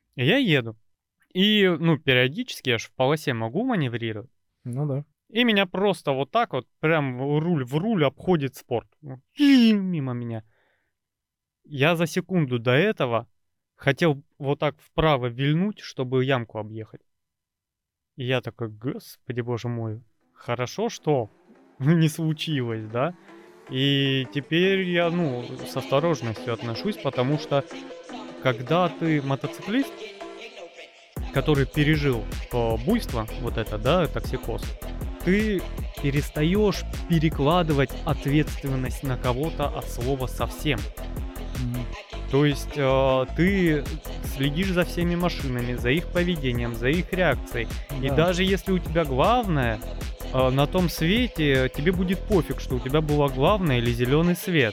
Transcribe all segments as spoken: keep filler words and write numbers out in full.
И я еду. И, ну, периодически я ж в полосе могу маневрировать. Ну да. И меня просто вот так вот, прям в руль в руль обходит спорт. Ну, мимо меня. Я за секунду до этого хотел вот так вправо вильнуть, чтобы ямку объехать. И я такой: "Господи боже мой, хорошо, что не случилось, да?" И теперь я, ну, с осторожностью отношусь, потому что когда ты мотоциклист, который пережил, э, буйство, вот это, да, токсикоз, ты перестаешь перекладывать ответственность на кого-то от слова совсем. Мгм. То есть, э, ты следишь за всеми машинами, за их поведением, за их реакцией. И Да. даже если у тебя главное, э, на том свете, тебе будет пофиг, что у тебя было главное или зеленый свет.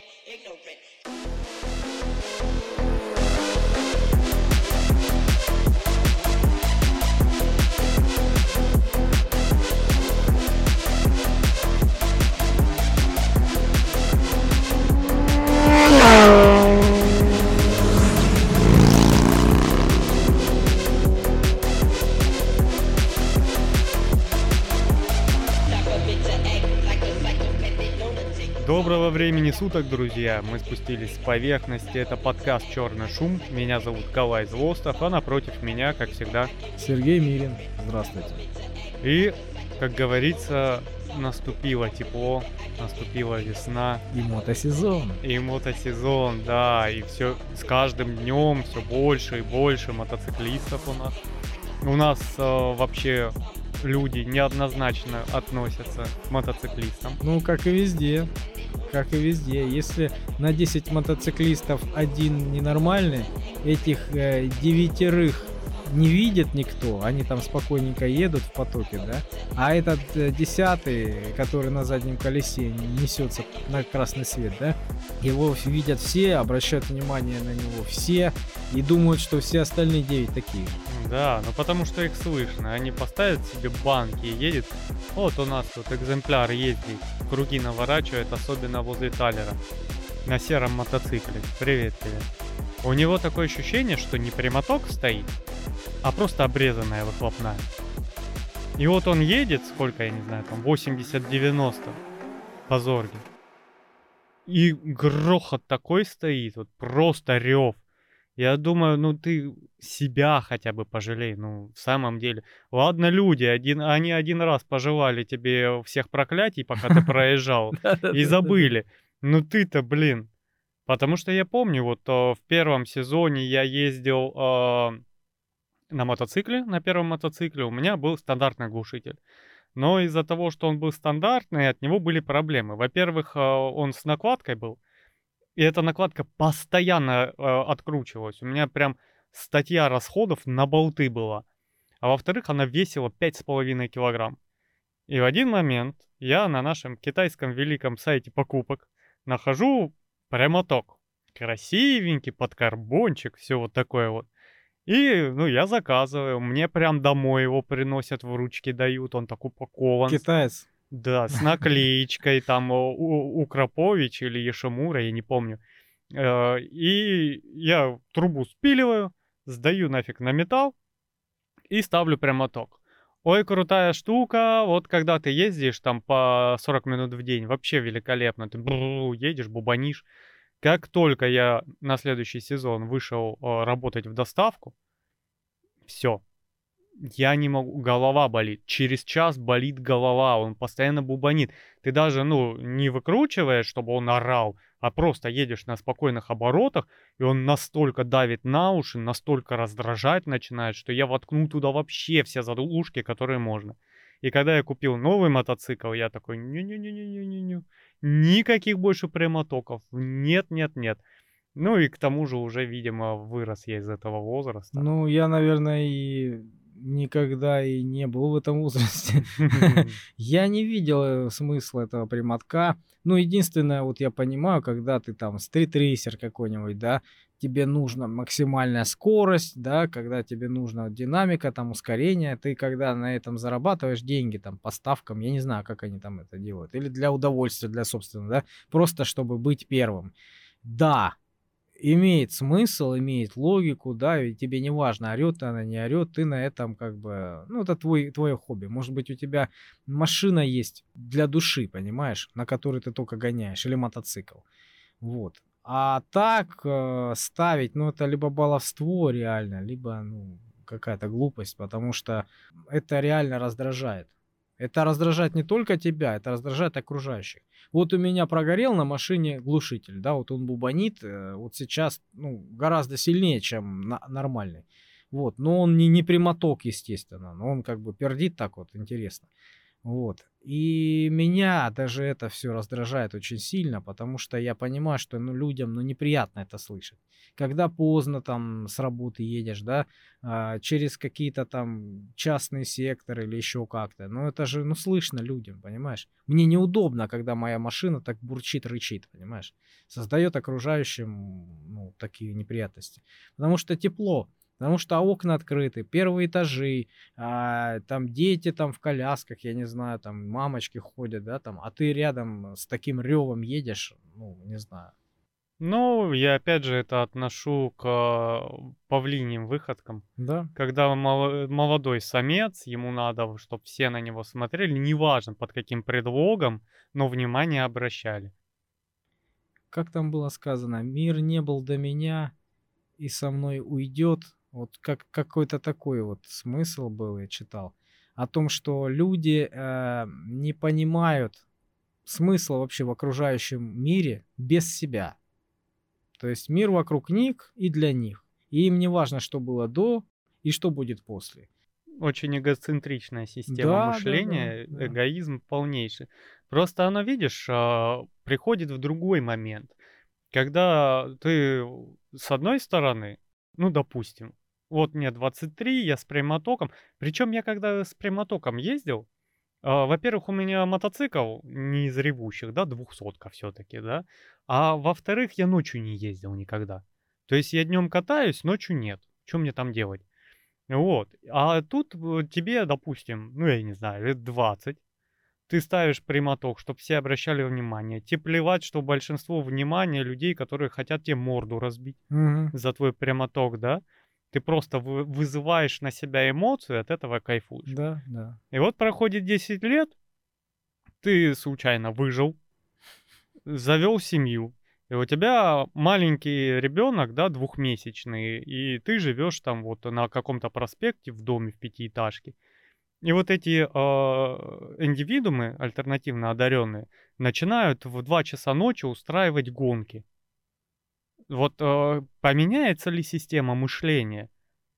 Доброго времени суток, друзья! Мы спустились с поверхности. Это подкаст «Черный шум». Меня зовут Калай Злостов, а напротив меня, как всегда. Сергей Мирин. Здравствуйте. И, как говорится, наступило тепло, наступила весна. И мотосезон. И мотосезон, да, и все с каждым днем все больше и больше мотоциклистов у нас. У нас э, вообще люди неоднозначно относятся к мотоциклистам. Ну, как и везде. Как и везде. Если на десять мотоциклистов один ненормальный, этих э, девятерых не видит никто, они там спокойненько едут в потоке, да? А этот э, десятый, который на заднем колесе несется на красный свет, да? Его видят все, обращают внимание на него все и думают, что все остальные девять такие же. Да, ну потому что их слышно. Они поставят себе банки и едет. Вот у нас тут экземпляр ездит, круги наворачивает, особенно возле Талера. На сером мотоцикле. Привет тебе. У него такое ощущение, что не прямоток стоит, а просто обрезанная выхлопная. И вот он едет, сколько, я не знаю, там восемьдесят-девяносто по Зорге. И грохот такой стоит, вот просто рев. Я думаю, ну ты себя хотя бы пожалей, ну в самом деле. Ладно, люди, один, они один раз пожелали тебе всех проклятий, пока ты проезжал, и Да-да-да-да-да. забыли. Ну ты-то, блин. Потому что я помню, вот э, в первом сезоне я ездил э, на мотоцикле, на первом мотоцикле, у меня был стандартный глушитель. Но из-за того, что он был стандартный, от него были проблемы. Во-первых, э, он с накладкой был. И эта накладка постоянно э, откручивалась. У меня прям статья расходов на болты была. А во-вторых, она весила пять с половиной килограмм. И в один момент я на нашем китайском великом сайте покупок нахожу прямоток. Красивенький, под карбончик, все вот такое вот. И, ну, я заказываю. Мне прям домой его приносят, в ручки дают. Он так упакован. Китаец. Да, с наклеечкой, там у- у- Укропович или Ешимура, я не помню. Э, И я трубу спиливаю, сдаю нафиг на металл и ставлю прямоток. Ой, крутая штука, вот когда ты ездишь там по сорок минут в день, вообще великолепно. Ты бррр, едешь, бубанишь. Как только я на следующий сезон вышел э, работать в доставку, все, я не могу, голова болит. Через час болит голова, он постоянно бубанит. Ты даже, ну, не выкручиваешь, чтобы он орал, а просто едешь на спокойных оборотах, и он настолько давит на уши, настолько раздражать начинает, что я воткну туда вообще все заглушки, которые можно. И когда я купил новый мотоцикл, я такой, не-не-не-не-не-не, никаких больше прямотоков, нет-нет-нет. Ну и к тому же уже, видимо, вырос я из этого возраста. Ну, я, наверное, и никогда и не был в этом возрасте. Я не видел э, смысла этого прямотка. Ну, единственное, вот я понимаю, когда ты там стритрейсер какой-нибудь, да, тебе нужна максимальная скорость, да, когда тебе нужна динамика, там, ускорение, ты когда на этом зарабатываешь деньги, там, по ставкам, я не знаю, как они там это делают, или для удовольствия, для собственного, да, просто чтобы быть первым. Да, имеет смысл, имеет логику, да, и тебе не важно, орёт она, не орёт, ты на этом как бы, ну, это твой, твое хобби. Может быть, у тебя машина есть для души, понимаешь, на которой ты только гоняешь, или мотоцикл. Вот. А так э, ставить, ну, это либо баловство реально, либо, ну, какая-то глупость, потому что это реально раздражает. Это раздражает не только тебя, это раздражает окружающих. Вот у меня прогорел на машине глушитель, да, вот он бубонит, э, вот сейчас, ну, гораздо сильнее, чем на- нормальный. Вот, но он не, не прямоток, естественно, но он как бы пердит так вот, интересно. Вот. И меня даже это все раздражает очень сильно, потому что я понимаю, что, ну, людям, ну, неприятно это слышать. Когда поздно там с работы едешь, да, а, через какие-то там частные секторы или еще как-то, ну, это же, ну, слышно людям, понимаешь? Мне неудобно, когда моя машина так бурчит, рычит, понимаешь? Создает окружающим, ну, такие неприятности. Потому что тепло, потому что окна открыты, первые этажи, а, там дети там в колясках, я не знаю, там мамочки ходят, да, там, а ты рядом с таким ревом едешь, ну, не знаю. Ну, я опять же это отношу к а, павлиньим выходкам. Да, Когда мало- молодой самец, ему надо, чтобы все на него смотрели, неважно под каким предлогом, но внимание обращали. как там было сказано, мир не был до меня и со мной уйдет. Вот как какой-то такой вот смысл был, я читал. О том, что люди э, не понимают смысла вообще в окружающем мире без себя. То есть мир вокруг них и для них. И им не важно, что было до и что будет после. Очень эгоцентричная система Да, да, да, мышления, да. эгоизм полнейший. Просто оно, видишь, а, приходит в другой момент. Когда ты с одной стороны, ну, допустим, вот мне двадцать три, я с прямотоком. Причем я когда с прямотоком ездил, а, во-первых, у меня мотоцикл не из ревущих, да, двухсотка все-таки, да. А во-вторых, я ночью не ездил никогда. То есть я днем катаюсь, ночью нет. Что мне там делать? Вот. А тут э, тебе, допустим, ну, я не знаю, лет двадцать, ты ставишь прямоток, чтобы все обращали внимание. Тебе плевать, что большинство внимания людей, которые хотят тебе морду разбить Мгм. за твой прямоток, да? Ты просто вы- вызываешь на себя эмоцию, от этого кайфуешь. Да, да. И вот проходит десять лет, ты случайно выжил, завел семью, и у тебя маленький ребенок, да, двухмесячный, и ты живешь там вот на каком-то проспекте в доме в пятиэтажке. И вот эти а, индивидуумы, альтернативно одаренные, начинают в два часа ночи устраивать гонки. Вот а, поменяется ли система мышления?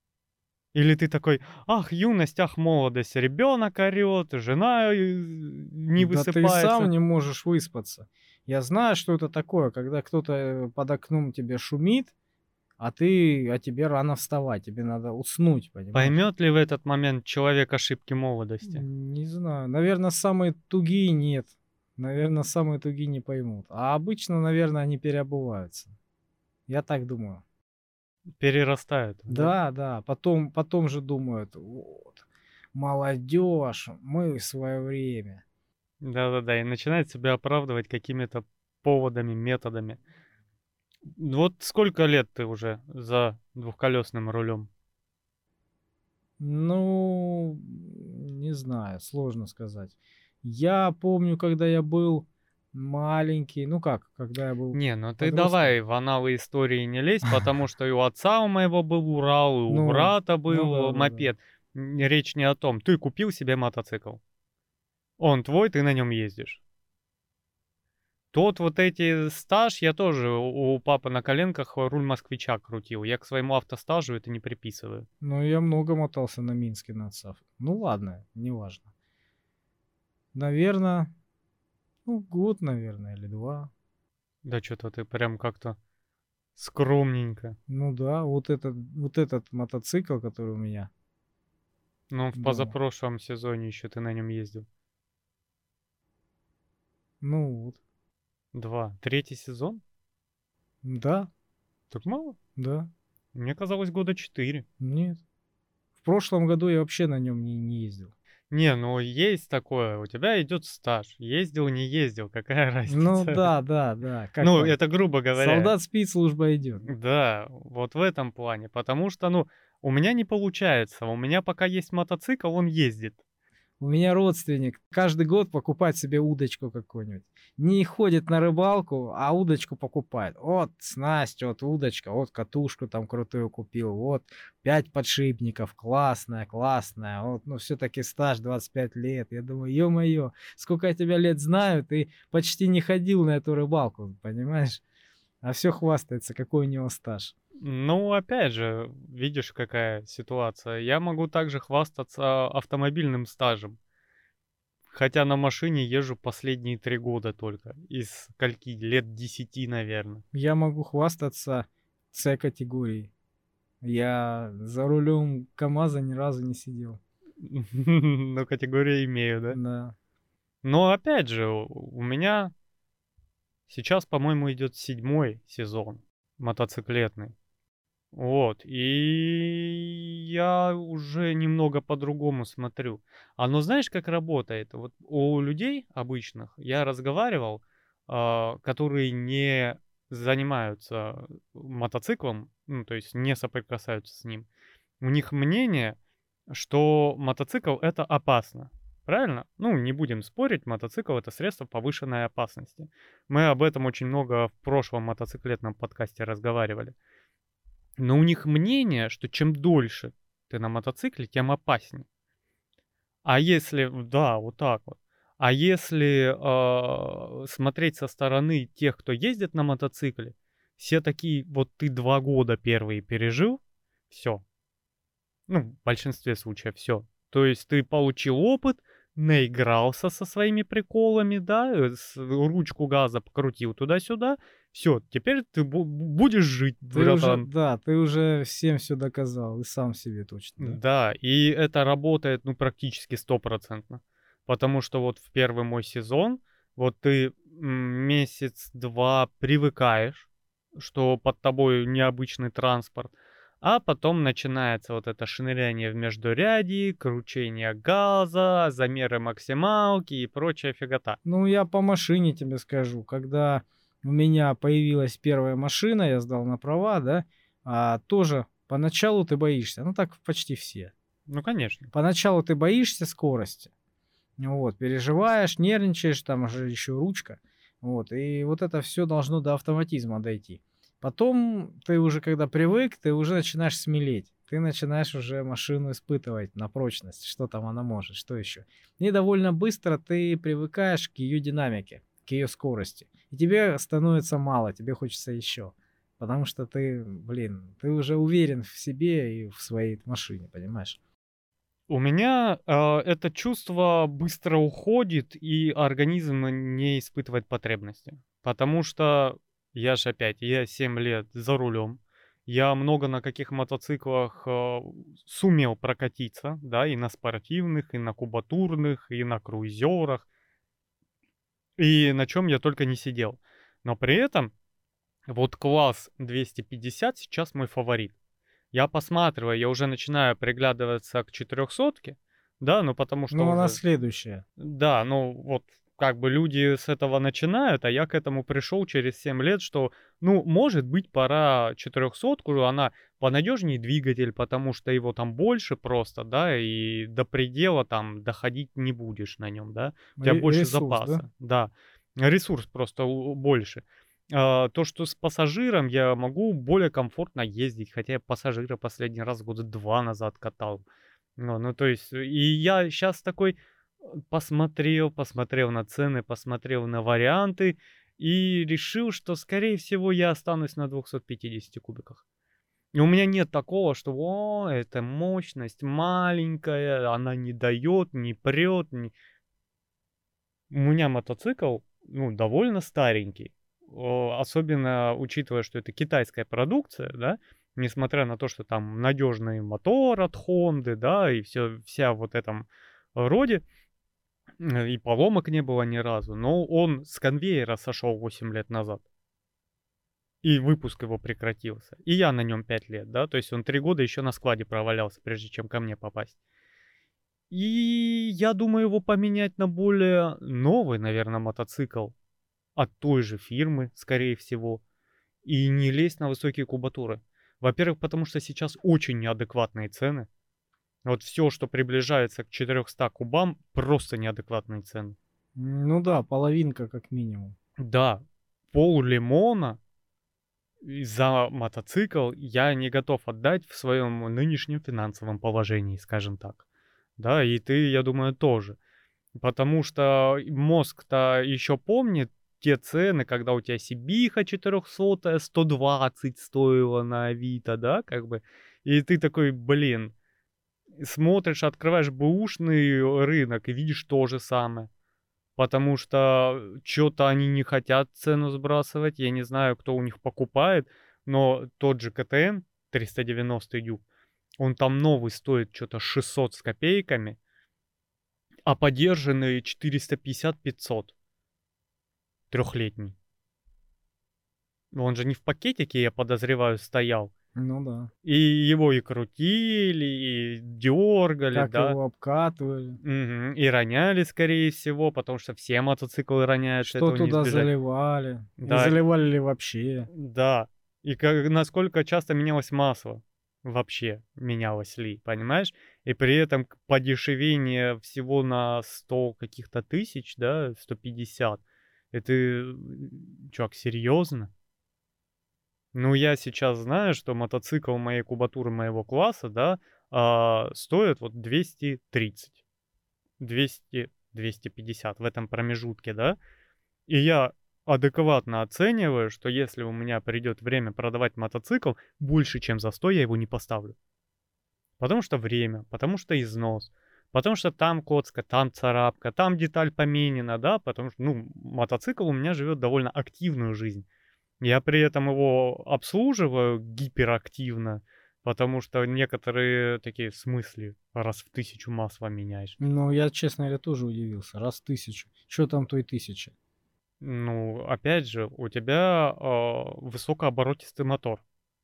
Или ты такой, ах, юность, ах, молодость, ребенок орет, жена э, не Да ты и сам высыпается. не можешь выспаться. Я знаю, что это такое, когда кто-то э, под окном тебе шумит, а ты, а тебе рано вставать, тебе надо уснуть, понимаешь? Поймет ли в этот момент человек ошибки молодости? Не знаю. Наверное, самые тугие нет. Наверное, самые тугие не поймут. А обычно, наверное, они переобуваются. Я так думаю. Перерастают, да? Да, да. Потом, потом же думают, вот, молодежь, мы в свое время. Да-да-да, и начинает себя оправдывать какими-то поводами, методами. Вот сколько лет ты уже за двухколесным рулем? Ну, не знаю, сложно сказать. Я помню, когда я был маленький, ну как, когда я был Не, ну ты подростком. давай в аналы истории не лезь, потому что и у отца у моего был Урал, и у Ну, брата ну был да, да, да. мопед. Н- Речь не о том. Ты купил себе мотоцикл. Он твой, ты на нем ездишь. Тот вот эти стаж, я тоже у у папы на коленках руль москвича крутил. Я к своему автостажу это не приписываю. Ну, я много мотался на Минске на отцах. Ну ладно, неважно. Наверное, ну, год, наверное, или два. Да что-то ты прям как-то скромненько. Ну да, вот этот, вот этот мотоцикл, который у меня Ну, в дома. позапрошлом сезоне еще ты на нем ездил. Ну вот. Два. Третий сезон? Да, Так мало? да, Мне казалось, года четыре. нет. В прошлом году я вообще на нем не, не ездил. Не, ну есть такое, у тебя идет стаж. Ездил, не ездил, какая Ну разница? да, да, да, как Ну, там? это грубо говоря. Солдат спит, служба идет. Да, вот в этом плане. Потому что, ну, у меня не получается. У меня пока есть мотоцикл, он ездит. У меня родственник каждый год покупает себе удочку какую-нибудь. Не ходит на рыбалку, а удочку покупает. Вот снасть, вот удочка, вот катушку там крутую купил, вот пять подшипников, классная, классная. Вот, ну все-таки стаж двадцать пять лет. Я думаю, ё-моё, сколько я тебя лет знаю, ты почти не ходил на эту рыбалку, понимаешь? А все хвастается, какой у него стаж. Ну, опять же, видишь, какая ситуация. Я могу также хвастаться автомобильным стажем. Хотя на машине езжу последние три года только. Из скольки? Лет десяти, наверное. Я могу хвастаться С-категорией. Я за рулем КамАЗа ни разу не сидел. Ну, категорию имею, да? Да. Но опять же, у у меня сейчас, по-моему, идет седьмой сезон мотоциклетный. Вот, и я уже немного по-другому смотрю. Оно знаешь, как работает? Вот у людей обычных я разговаривал, а, которые не занимаются мотоциклом, ну, то есть не соприкасаются с ним. У них мнение, что мотоцикл это опасно. Правильно? Ну, не будем спорить, мотоцикл это средство повышенной опасности. Мы об этом очень много в прошлом мотоциклетном подкасте разговаривали. Но у них мнение, что чем дольше ты на мотоцикле, тем опаснее. А если, в- да, вот так вот. А если а, смотреть со стороны тех, кто ездит на мотоцикле, все такие, вот ты два года первые пережил, все. Ну, в большинстве случаев все. То есть ты получил опыт, наигрался со своими приколами, да, э, с- ручку газа покрутил туда-сюда, все, теперь ты бу- будешь жить, Ты уже, братан. да, ты уже всем все доказал, и сам себе точно, да? Да, и это работает, ну, практически стопроцентно. Потому что вот в первый мой сезон, вот ты м, месяц-два привыкаешь, что под тобой необычный транспорт, а потом начинается вот это шныряние в междурядье, кручение газа, замеры максималки и прочая фигота. Ну, я по машине тебе скажу. Когда у меня появилась первая машина, я сдал на права, да, а, тоже поначалу ты боишься. Ну, так почти все. Ну, конечно. Поначалу ты боишься скорости. Вот, переживаешь, нервничаешь, там же еще ручка. Вот, и вот это все должно до автоматизма дойти. Потом ты уже, когда привык, ты уже начинаешь смелеть. Ты начинаешь уже машину испытывать на прочность, что там она может, что еще. И довольно быстро ты привыкаешь к ее динамике, к ее скорости. И тебе становится мало, тебе хочется еще. Потому что ты, блин, ты уже уверен в себе и в своей машине, понимаешь? У меня а, это чувство быстро уходит, и организм не испытывает потребности. Потому что я же опять, я семь лет за рулем. Я много на каких мотоциклах а, сумел прокатиться, да, и на спортивных, и на кубатурных, и на круизерах, и на чем я только не сидел. Но при этом вот класс двести пятьдесят сейчас мой фаворит. Я посматриваю, я уже начинаю приглядываться к четырехсотке, да, ну потому что Ну, она уже, следующая. да, ну вот как бы люди с этого начинают, а я к этому пришел через семь лет, что, ну, может быть, пора четырехсотку, она понадежнее двигатель, потому что его там больше просто, да, и до предела там доходить не будешь на нем, да, у тебя Ре- больше Ресурс, да? запаса, да, ресурс просто у- больше. А, то, что с пассажиром я могу более комфортно ездить, хотя я пассажира последний раз года два назад катал. Ну, ну, то есть, и я сейчас такой э, посмотрел, посмотрел на цены, посмотрел на варианты и решил, что, скорее всего, я останусь на двухсот пятидесяти кубиках. И у меня нет такого, что о, эта мощность маленькая, она не дает, не прет. Не... У меня мотоцикл, ну, довольно старенький. О, особенно учитывая, что это китайская продукция, да, несмотря на то, что там надежный мотор от Хонды, да, и все, вся вот этом роде, э, и поломок не было ни разу, но он с конвейера сошел восемь лет назад, и выпуск его прекратился. И я на нем пять лет, да, то есть он три года еще на складе провалялся, прежде чем ко мне попасть. И я думаю его поменять на более новый, наверное, мотоцикл от той же фирмы, скорее всего, и не лезть на высокие кубатуры. Во-первых, потому что сейчас очень неадекватные цены. Вот все, что приближается к четырёхстам кубам, просто неадекватные цены. Ну да, половинка как минимум. Да, пол-лимона и за мотоцикл я не готов отдать в своем нынешнем финансовом положении, скажем так. Да, и ты, я думаю, тоже. Потому что мозг-то еще помнит те цены, когда у тебя Сибиха четырехсотая сто двадцать стоила на Авито, да, как бы. И ты такой, блин, смотришь, открываешь бэушный рынок и видишь то же самое. Потому что что-то они не хотят цену сбрасывать. Я не знаю, кто у них покупает, но тот же ка тэ эм триста девяносто дюб, он там новый стоит что-то шестьсот с копейками, а подержанный четыреста пятьдесят пятьсот. Трехлетний. Он же не в пакетике, я подозреваю, стоял. Ну да. И его и крутили, и дергали, Как да. его обкатывали. Мгм. И роняли, скорее всего, потому что все мотоциклы роняют, Что этого не туда избежать. заливали. И Да, заливали ли вообще. да. И как, насколько часто менялось масло. Вообще менялось ли, понимаешь? И при этом к- подешевение всего на сто каких-то тысяч, да, сто пятьдесят. Это, м, чувак, серьезно? Ну, я сейчас знаю, что мотоцикл моей кубатуры моего класса, да, а, стоит вот двести тридцать, двести, двести пятьдесят в этом промежутке, да. И я адекватно оцениваю, что если у меня придет время продавать мотоцикл, больше, чем за сто я его не поставлю. Потому что время, потому что износ, потому что там коцка, там царапка, там деталь поменена, да, потому что, ну, мотоцикл у меня живет довольно активную жизнь. Я при этом его обслуживаю гиперактивно, потому что некоторые такие, в смысле, раз в тысячу масла меняешь. Ну, я, честно говоря, тоже удивился. Раз тысячу. Что там той тысячи? Ну, опять же, у тебя а, высокооборотистый мотор,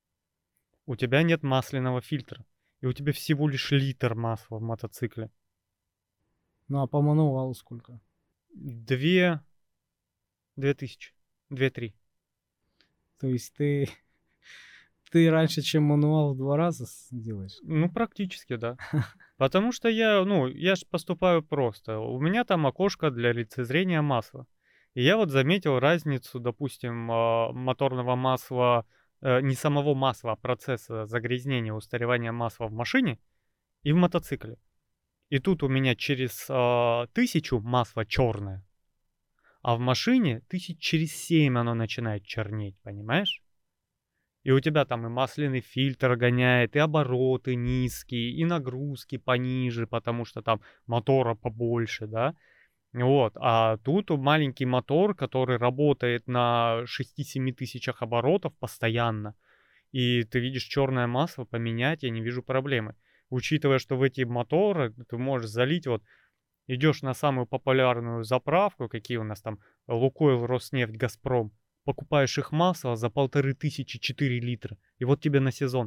у тебя нет масляного фильтра, и у тебя всего лишь литр масла в мотоцикле. Ну, а по мануалу сколько? Две, две тысячи, две-три. То есть ты, ты раньше, чем мануал, в два раза с- делаешь? Ну, практически, да. Потому что я, ну, я же поступаю просто. У меня там окошко для лицезрения масла. И я вот заметил разницу, допустим, а, моторного масла, э, не самого масла, а процесса загрязнения, устаревания масла в машине и в мотоцикле. И тут у меня через а, тысячу масло черное, а в машине тысяч через семь оно начинает чернеть, понимаешь? И у тебя там и масляный фильтр гоняет, и обороты низкие, и нагрузки пониже, потому что там мотора побольше, да. Вот, а тут маленький мотор, который работает на шести-семи тысячах оборотов постоянно, и ты видишь черное масло, поменять я не вижу проблемы. Учитывая, что в эти моторы ты можешь залить, вот идешь на самую популярную заправку, какие у нас там, Лукойл, Роснефть, Газпром, покупаешь их масло за полторы тысячи четыре литра, и вот тебе на сезон.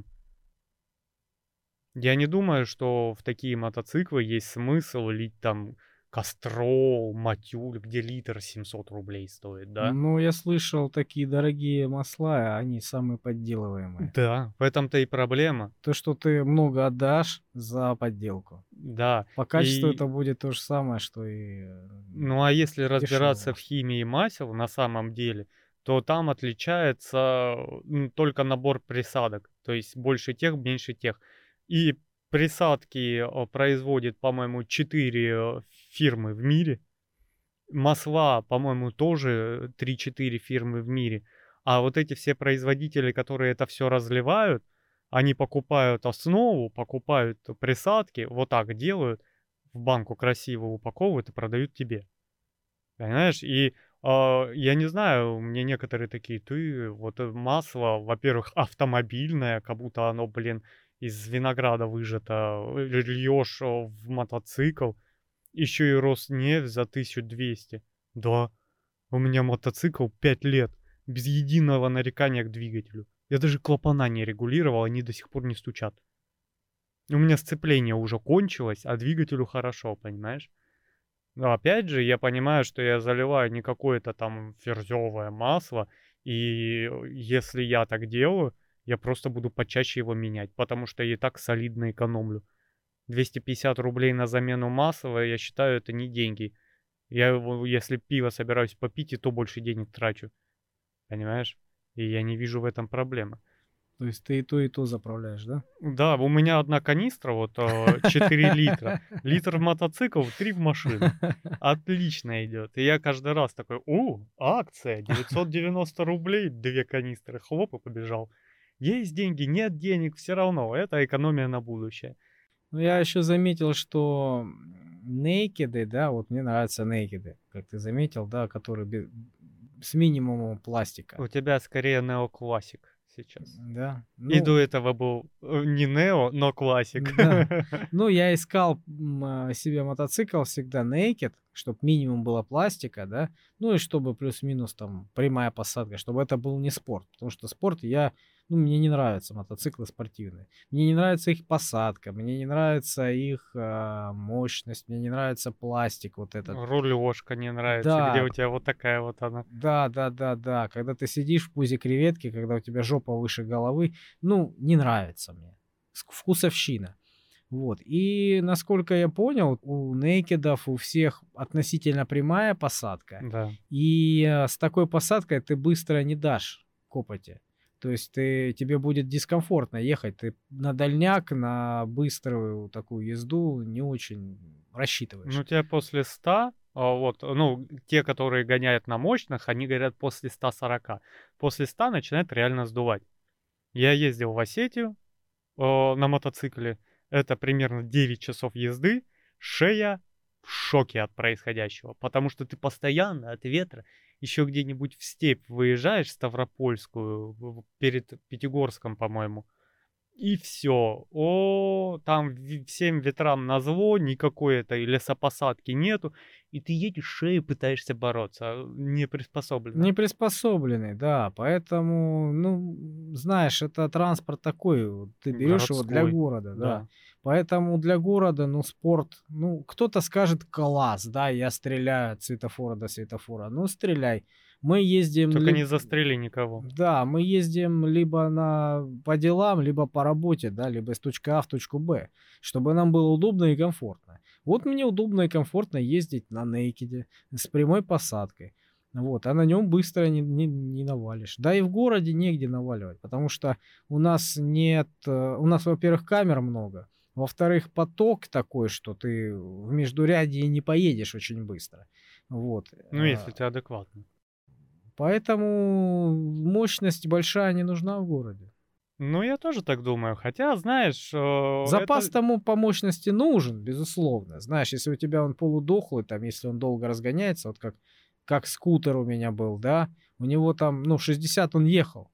Я не думаю, что в такие мотоциклы есть смысл лить там Кастрол, Матюль, где литр семьсот рублей стоит, да? Ну, я слышал, такие дорогие масла, а они самые подделываемые. Да, в этом-то и проблема. То, что ты много отдашь за подделку. Да, По качеству это и будет то же самое, что и э, ну а если дешевое разбираться в масло. химии масел на самом деле, то там отличается м, только набор присадок. То есть больше тех, меньше тех. И присадки э, производит, по-моему, четыре фирмы в мире. Масла, по-моему, тоже три-четыре фирмы в мире. А вот эти все производители, которые это все разливают, они покупают основу, покупают присадки, вот так делают, в банку красиво упаковывают и продают тебе. Понимаешь? И а, я не знаю, мне некоторые такие, ты, вот э, масло, во-первых, автомобильное, как будто оно, блин, из винограда выжато, э, льешь э, в мотоцикл, еще и Роснефть за тысячу двести. Да, у меня мотоцикл пять лет, без единого нарекания к двигателю. Я даже клапана не регулировал, они до сих пор не стучат. У меня сцепление уже кончилось, а двигателю хорошо, понимаешь? Но опять же, я понимаю, что я заливаю не какое-то там ферзевое масло, и если я так делаю, я просто буду почаще его менять, потому что я и так солидно экономлю. двести пятьдесят рублей на замену масла, я считаю, это не деньги. Я, его, если пиво собираюсь попить, и то больше денег трачу, понимаешь? И я не вижу в этом проблемы. То есть ты и то, и то заправляешь, да? Да, у меня одна канистра, вот э, четыре литра. Литр в мотоцикл, три в машину. Отлично идет. И я каждый раз такой, у, акция, девятьсот девяносто рублей, две канистры, хлоп, и побежал. Есть деньги, нет денег, все равно. Это экономия на будущее. Ну, я еще заметил, что нейкеды, да, вот мне нравятся нейкеды, как ты заметил, да, которые бе- с минимумом пластика, У тебя скорее неоклассик сейчас. да. И до Ну, этого был э, не нео, но классик. да. Ну, я искал м, а, себе мотоцикл всегда naked, чтобы минимум было пластика, да, ну и чтобы плюс-минус там прямая посадка, чтобы это был не спорт, потому что спорт я, ну, мне не нравятся мотоциклы спортивные, мне не нравится их посадка, мне не нравится их а, мощность, мне не нравится пластик вот этот. Рулежка не нравится, где Да, у тебя вот такая вот она. да, да, да, да, когда ты сидишь в пузе креветки, когда у тебя жопа выше головы, ну, не нравится мне. Ск- Вкусовщина. Вот. И насколько я понял, у нейкедов у всех относительно прямая посадка. Да. И э, с такой посадкой ты быстро не дашь копоти. То есть ты, тебе будет дискомфортно ехать. Ты на дальняк, на быструю такую езду не очень Ну, рассчитываешь. у тебя после ста, а, вот, ну, те, которые гоняют на мощных, они говорят после ста сорока. После ста начинает реально сдувать. Я ездил в Осетию э, на мотоцикле. Это примерно девять часов езды. Шея в шоке от происходящего, потому что ты постоянно от ветра еще где-нибудь в степь выезжаешь, Ставропольскую, в- в- перед Пятигорском, по-моему, и все. О, там ви- всем ветрам назло, никакой этой лесопосадки нету, и ты едешь шею, пытаешься бороться, а, не приспособлено. Не приспособленный, да, поэтому, ну, знаешь, это транспорт такой, вот ты берешь его для Городской, города, да. да. Поэтому для города, ну, спорт, ну, кто-то скажет класс, да, я стреляю от светофора до светофора, ну, стреляй. Мы ездим, Только ли- не застрели никого. да, мы ездим либо на, по делам, либо по работе, да, либо из точки А в точку Б, чтобы нам было удобно и комфортно. Вот мне удобно и комфортно ездить на нейкеде с прямой посадкой. Вот, а на нем быстро не, не, не навалишь. Да и в городе негде наваливать, потому что у нас нет, э, у нас, во-первых, камер много, во-вторых, поток такой, что ты в междурядье не поедешь очень быстро. Вот. Ну, если а, ты адекватный. Поэтому мощность большая не нужна в городе. Ну, я тоже так думаю. Хотя, знаешь, э, Запас это... тому по мощности нужен, безусловно. Знаешь, если у тебя он полудохлый, там, если он долго разгоняется, вот как, как скутер у меня был, да, у него там, ну, шестьдесят он ехал,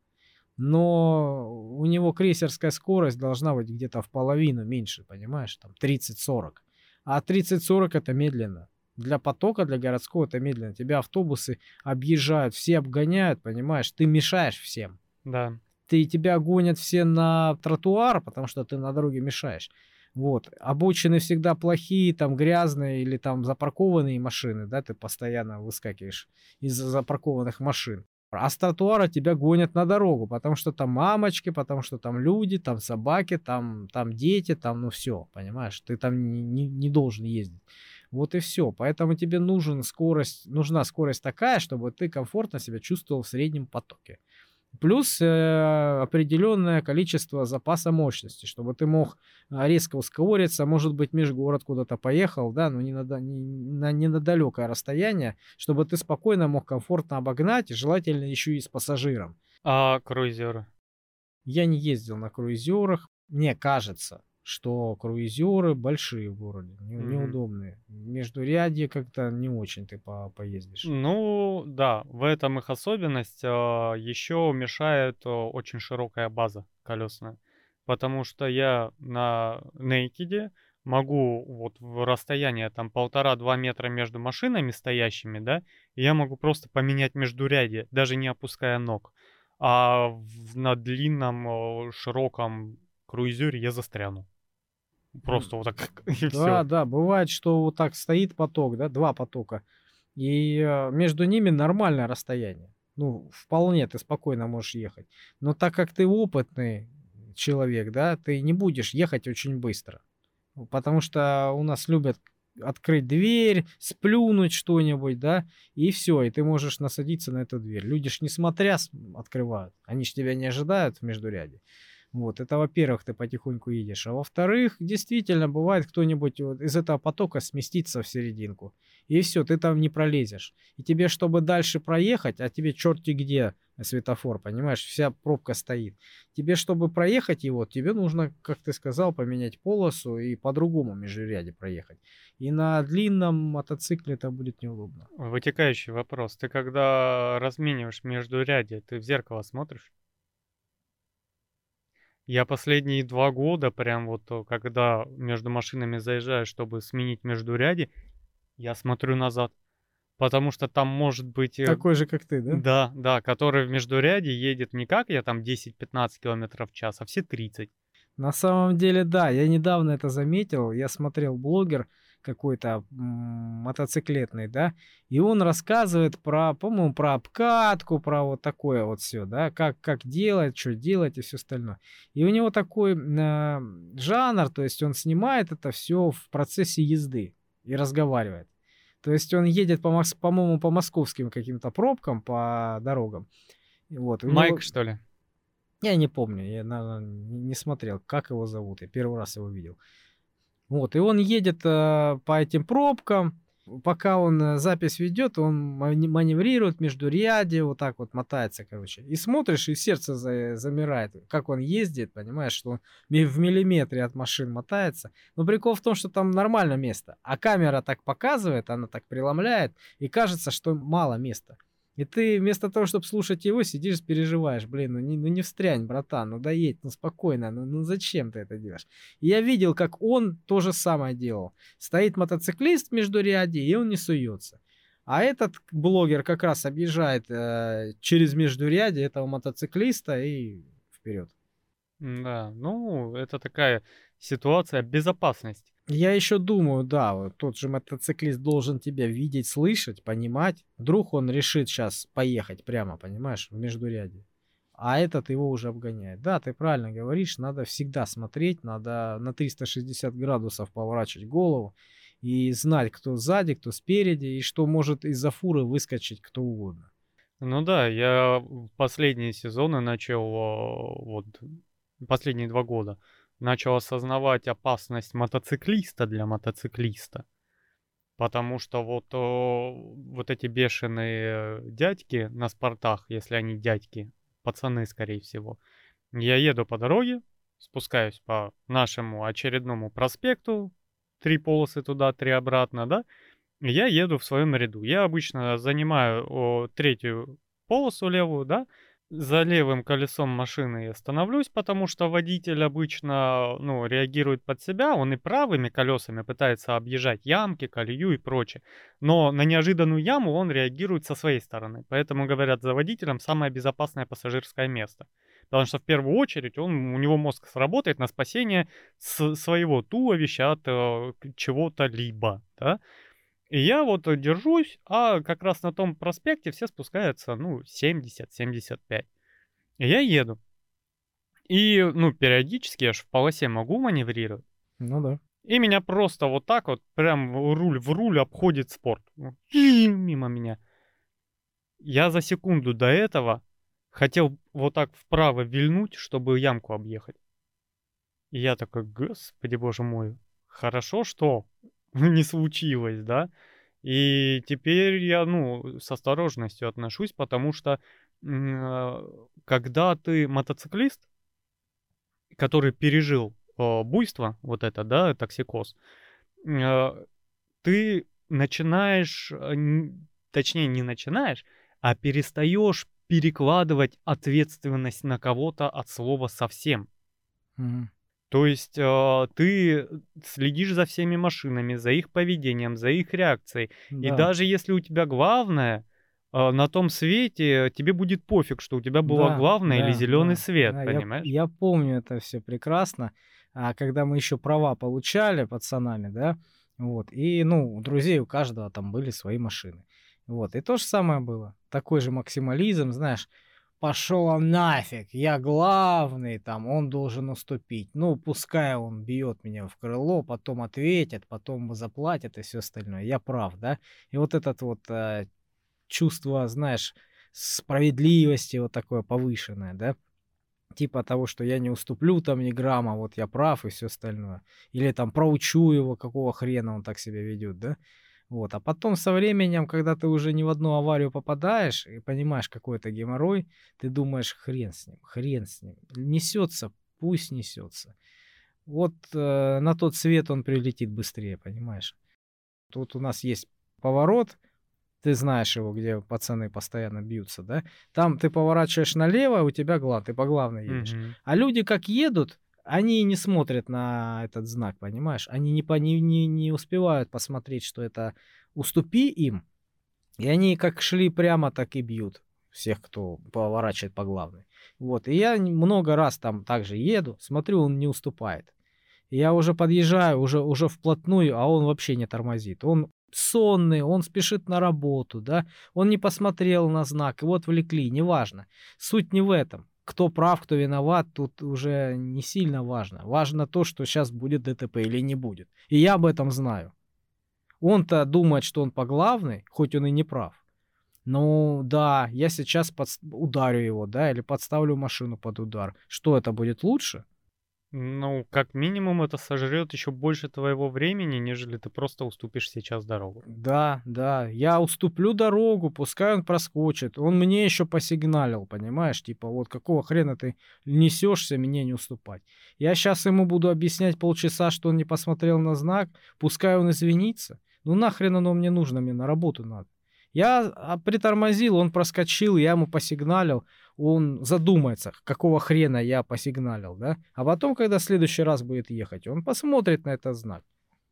но у него крейсерская скорость должна быть где-то в половину меньше, понимаешь, там тридцать сорок. А тридцать сорок это медленно. Для потока, для городского это медленно. Тебя автобусы объезжают, все обгоняют, понимаешь, ты мешаешь всем. Да. Ты тебя гонят все на тротуар, потому что ты на дороге мешаешь. Вот. Обочины всегда плохие, там грязные или там запаркованные машины, да, ты постоянно выскакиваешь из запаркованных машин. А с тротуара тебя гонят на дорогу, потому что там мамочки, потому что там люди, там собаки, там, там дети, там, ну все, понимаешь, ты там не, не, не должен ездить. Вот и все. Поэтому тебе нужен скорость, нужна скорость такая, чтобы ты комфортно себя чувствовал в среднем потоке. Плюс э, определенное количество запаса мощности, чтобы ты мог а, резко ускориться, может быть, межгород куда-то поехал, да, но не на, да- не, на, не на далекое расстояние, чтобы ты спокойно мог комфортно обогнать, и желательно еще и с пассажиром. А круизеры? Я не ездил на круизерах, мне кажется, что круизеры большие в городе, не- Мгм. неудобные. Междурядье как-то не очень ты по, поездишь. Ну, да, в этом их особенность. Еще мешает а, очень широкая база колесная. Потому что я на Нейкиде могу вот в расстояние там полтора-два метра между машинами стоящими, да, и я могу просто поменять междурядье, даже не опуская ног. А в- на длинном, а, широком круизере я застряну. Просто вот так и Да, все. да, бывает, что вот так стоит поток, да, два потока, и э, между ними нормальное расстояние. Ну, вполне ты спокойно можешь ехать. Но так как ты опытный человек, да, ты не будешь ехать очень быстро. Ну, потому что у нас любят открыть дверь, сплюнуть что-нибудь, да, и все, и ты можешь насадиться на эту дверь. Люди ж не смотря с- открывают, они ж тебя не ожидают в междуряде. Вот, это, во-первых, ты потихоньку едешь. А во-вторых, действительно, бывает кто-нибудь вот из этого потока сместится в серединку. И все, ты там не пролезешь. И тебе, чтобы дальше проехать, а тебе черти где светофор, понимаешь, вся пробка стоит. Тебе, чтобы проехать его, тебе нужно, как ты сказал, поменять полосу и по-другому межряде проехать. И на длинном мотоцикле это будет неудобно. Вытекающий вопрос. Ты когда размениваешь междурядье, ты в зеркало смотришь? Я последние два года, прям вот, э, когда между машинами заезжаю, чтобы сменить междуряди, я смотрю назад. Потому что там может быть, э, Такой же, как ты, да? да, да, который в междуряде едет не как я там десять-пятнадцать километров в час, а все тридцать. На самом деле, да, я недавно это заметил. Я смотрел блогер какой-то м, мотоциклетный, да, и он рассказывает про, по-моему, про обкатку, про вот такое вот все, да, как, как делать, что делать и все остальное. И у него такой а, жанр, то есть он снимает это все в процессе езды и разговаривает. То есть он едет, по, мос- по-моему, по московским каким-то пробкам, по дорогам. И вот, у Майк, него, что ли? я не помню, я, наверно, не не смотрел, как его зовут. Я первый раз его видел. Вот, и он едет, э, по этим пробкам. Пока он, э, запись ведет, он мани маневрирует между ряде, вот так вот мотается, короче. И смотришь, и сердце за замирает, как он ездит, понимаешь, что он ми в миллиметре от машин мотается. Но прикол в том, что там нормально место, а камера так показывает, она так преломляет, и кажется, что мало места. И ты вместо того, чтобы слушать его, сидишь, переживаешь: "Блин, ну не ну не встрянь, братан, ну доедь, ну спокойно, ну ну зачем ты это делаешь?" И я видел, как он то же самое делал. Стоит мотоциклист в междуряде, и он не суется. А этот блогер как раз объезжает, э, через междурядье этого мотоциклиста и вперед. Да, ну, это такая ситуация безопасности. Я еще думаю, да, вот тот же мотоциклист должен тебя видеть, слышать, понимать. Вдруг он решит сейчас поехать прямо, понимаешь, в междурядье. А этот его уже обгоняет. Да, ты правильно говоришь, надо всегда смотреть, надо на триста шестьдесят градусов поворачивать голову и знать, кто сзади, кто спереди, и что может из-за фуры выскочить кто угодно. Ну да, я в последние сезоны начал, э, вот последние два года, начал осознавать опасность мотоциклиста для мотоциклиста. Потому что вот, э, вот эти бешеные дядьки на спортах, если они дядьки, пацаны, скорее всего. Я еду по дороге, спускаюсь по нашему очередному проспекту, три полосы туда, три обратно, да, и я еду в своем ряду. Я обычно занимаю о, третью полосу левую, да, за левым колесом машины я становлюсь, потому что водитель обычно, ну, реагирует под себя, он и правыми колесами пытается объезжать ямки, колею и прочее. Но на неожиданную яму он реагирует со своей стороны. Поэтому, говорят, за водителем самое безопасное пассажирское место. Потому что в первую очередь он, у него мозг сработает на спасение с- своего туловища от э, к- чего-то либо, да. И я вот э, держусь, а как раз на том проспекте все спускаются, ну, семьдесят семьдесят пять. И я еду. И, ну, периодически я ж в полосе могу маневрировать. Ну да. И меня просто вот так вот, прям в руль в руль обходит спорт. Вот, мимо меня. Я за секунду до этого хотел вот так вправо вильнуть, чтобы ямку объехать. И я такой, господи, боже мой, хорошо, что не случилось, да? И теперь я, ну, с осторожностью отношусь, потому что м, а, когда ты мотоциклист, который пережил а, буйство, вот это, да, токсикоз, а, ты начинаешь, а, н- точнее, не начинаешь, а перестаешь перекладывать ответственность на кого-то от слова совсем. Мгм. То есть, а, ты следишь за всеми машинами, за их поведением, за их реакцией. И Да. даже если у тебя главное, а, на том свете, тебе будет пофиг, что у тебя была Да, главная или да, зеленый да, свет, да, я понимаешь? я помню это все прекрасно. а когда мы еще права получали пацанами, да, вот, и, ну, у друзей у каждого там были свои машины. Вот, и то же самое было. Такой же максимализм, знаешь, пошел он нафиг, я главный, там, он должен уступить. Ну, пускай он бьет меня в крыло, потом ответит, потом заплатит и все остальное. Я прав, да? И вот этот вот э, чувство, знаешь, справедливости вот такое повышенное, да? Типа того, что я не уступлю там ни грамма, вот я прав и все остальное. Или там проучу его, какого хрена он так себя ведет, да? Вот. А потом со временем, когда ты уже не в одну аварию попадаешь и понимаешь, какой это геморрой, ты думаешь, хрен с ним, хрен с ним. Несется, пусть несется. Вот э, на тот свет он прилетит быстрее, понимаешь? Тут у нас есть поворот, ты знаешь его, где пацаны постоянно бьются, да? Там ты поворачиваешь налево, у тебя глав, ты по главной едешь. Мгм. А люди как едут, они не смотрят на этот знак, понимаешь? Они не, по- не, не, не успевают посмотреть, что это уступи им. И они как шли прямо, так и бьют всех, кто поворачивает по главной. Вот. И я н- много раз там также еду, смотрю, он не уступает. И я уже подъезжаю, уже, уже вплотную, а он вообще не тормозит. Он сонный, он спешит на работу, да, он не посмотрел на знак, и вот влекли, неважно. Суть не в этом. Кто прав, кто виноват, тут уже не сильно важно. Важно то, что сейчас будет ДТП или не будет. И я об этом знаю. Он-то думает, что он по главной, хоть он и не прав. Ну да, я сейчас подс- ударю его, да, или подставлю машину под удар. Что это будет лучше? Ну, как минимум, это сожрет еще больше твоего времени, нежели ты просто уступишь сейчас дорогу. Да, да, я уступлю дорогу, пускай он проскочит. Он мне еще посигналил, понимаешь? Типа, вот какого хрена ты несешься мне не уступать. Я сейчас ему буду объяснять полчаса, что он не посмотрел на знак, пускай он извинится. Ну нахрен оно мне нужно, мне на работу надо. Я а, притормозил, он проскочил, я ему посигналил, он задумается, какого хрена я посигналил, да? А потом, когда в следующий раз будет ехать, он посмотрит на этот знак.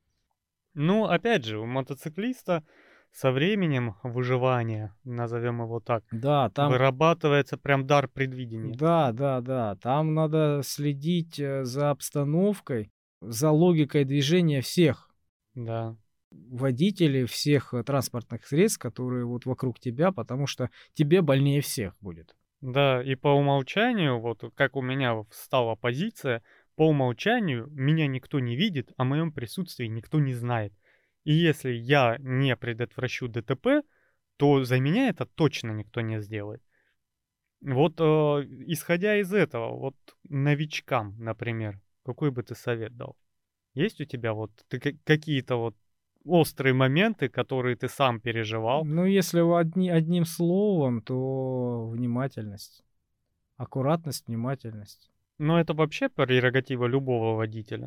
Ну, опять же, у мотоциклиста со временем выживания, назовем его так, Да, там вырабатывается прям дар предвидения. Да, да, да. Там надо следить э, за обстановкой, за логикой движения всех Да. водителей, всех э, транспортных средств, которые вот вокруг тебя, потому что тебе больнее всех будет. Да, и по умолчанию, вот как у меня встала позиция, по умолчанию меня никто не видит, о моем присутствии никто не знает. И если я не предотвращу ДТП, то за меня это точно никто не сделает. Вот, э, исходя из этого, вот новичкам, например, какой бы ты совет дал? Есть у тебя вот ты ка- какие-то вот острые моменты, которые ты сам переживал? Ну, если вы одни, одним словом, то внимательность. Аккуратность, внимательность. Но это вообще прерогатива любого водителя.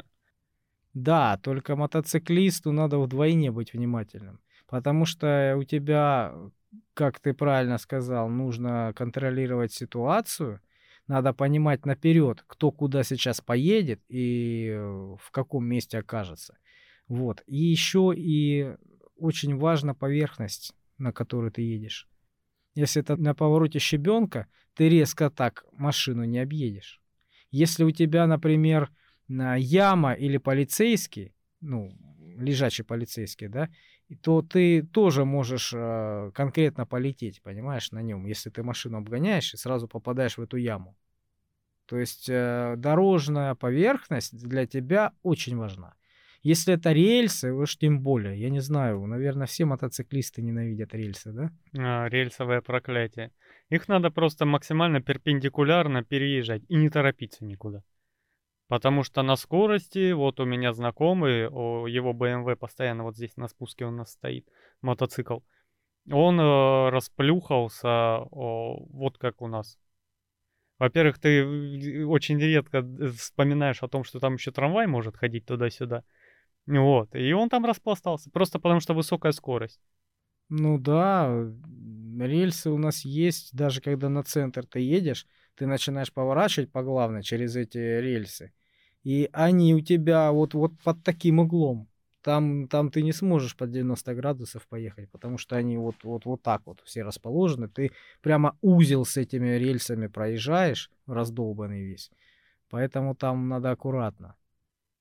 Да, только мотоциклисту надо вдвойне быть внимательным, потому что у тебя, э, как ты правильно сказал, нужно контролировать ситуацию, надо понимать наперед, кто куда сейчас поедет и э, в каком месте окажется. Вот. И еще и очень важна поверхность, на которую ты едешь. Если это на повороте щебенка, ты резко так машину не объедешь. Если у тебя, например, на яма или полицейский, ну, лежачий полицейский, да, и то ты тоже можешь э, конкретно полететь, понимаешь, на нем, если ты машину обгоняешь и сразу попадаешь в эту яму. То есть э, дорожная поверхность для тебя очень важна. Если это рельсы, уж тем более. Я не знаю, наверное, все мотоциклисты ненавидят рельсы, да? А, рельсовое проклятие. Их надо просто максимально перпендикулярно переезжать и не торопиться никуда. Потому что на скорости, вот у меня знакомый, о, его бэ эм вэ постоянно вот здесь на спуске у нас стоит, мотоцикл. Он э, расплюхался, о, вот как у нас. Во-первых, ты э, очень редко э, вспоминаешь о том, что там еще трамвай может ходить туда-сюда. Вот, и он там распластался, просто потому что высокая скорость. Ну да, м, рельсы у нас есть, даже когда на центр ты едешь, ты начинаешь поворачивать по главной через эти рельсы, и они у тебя вот, вот под таким углом. Там, там ты не сможешь под девяносто градусов поехать, потому что они вот, вот, вот так вот все расположены. Ты прямо узел с этими рельсами проезжаешь, раздолбанный весь. Поэтому там надо аккуратно.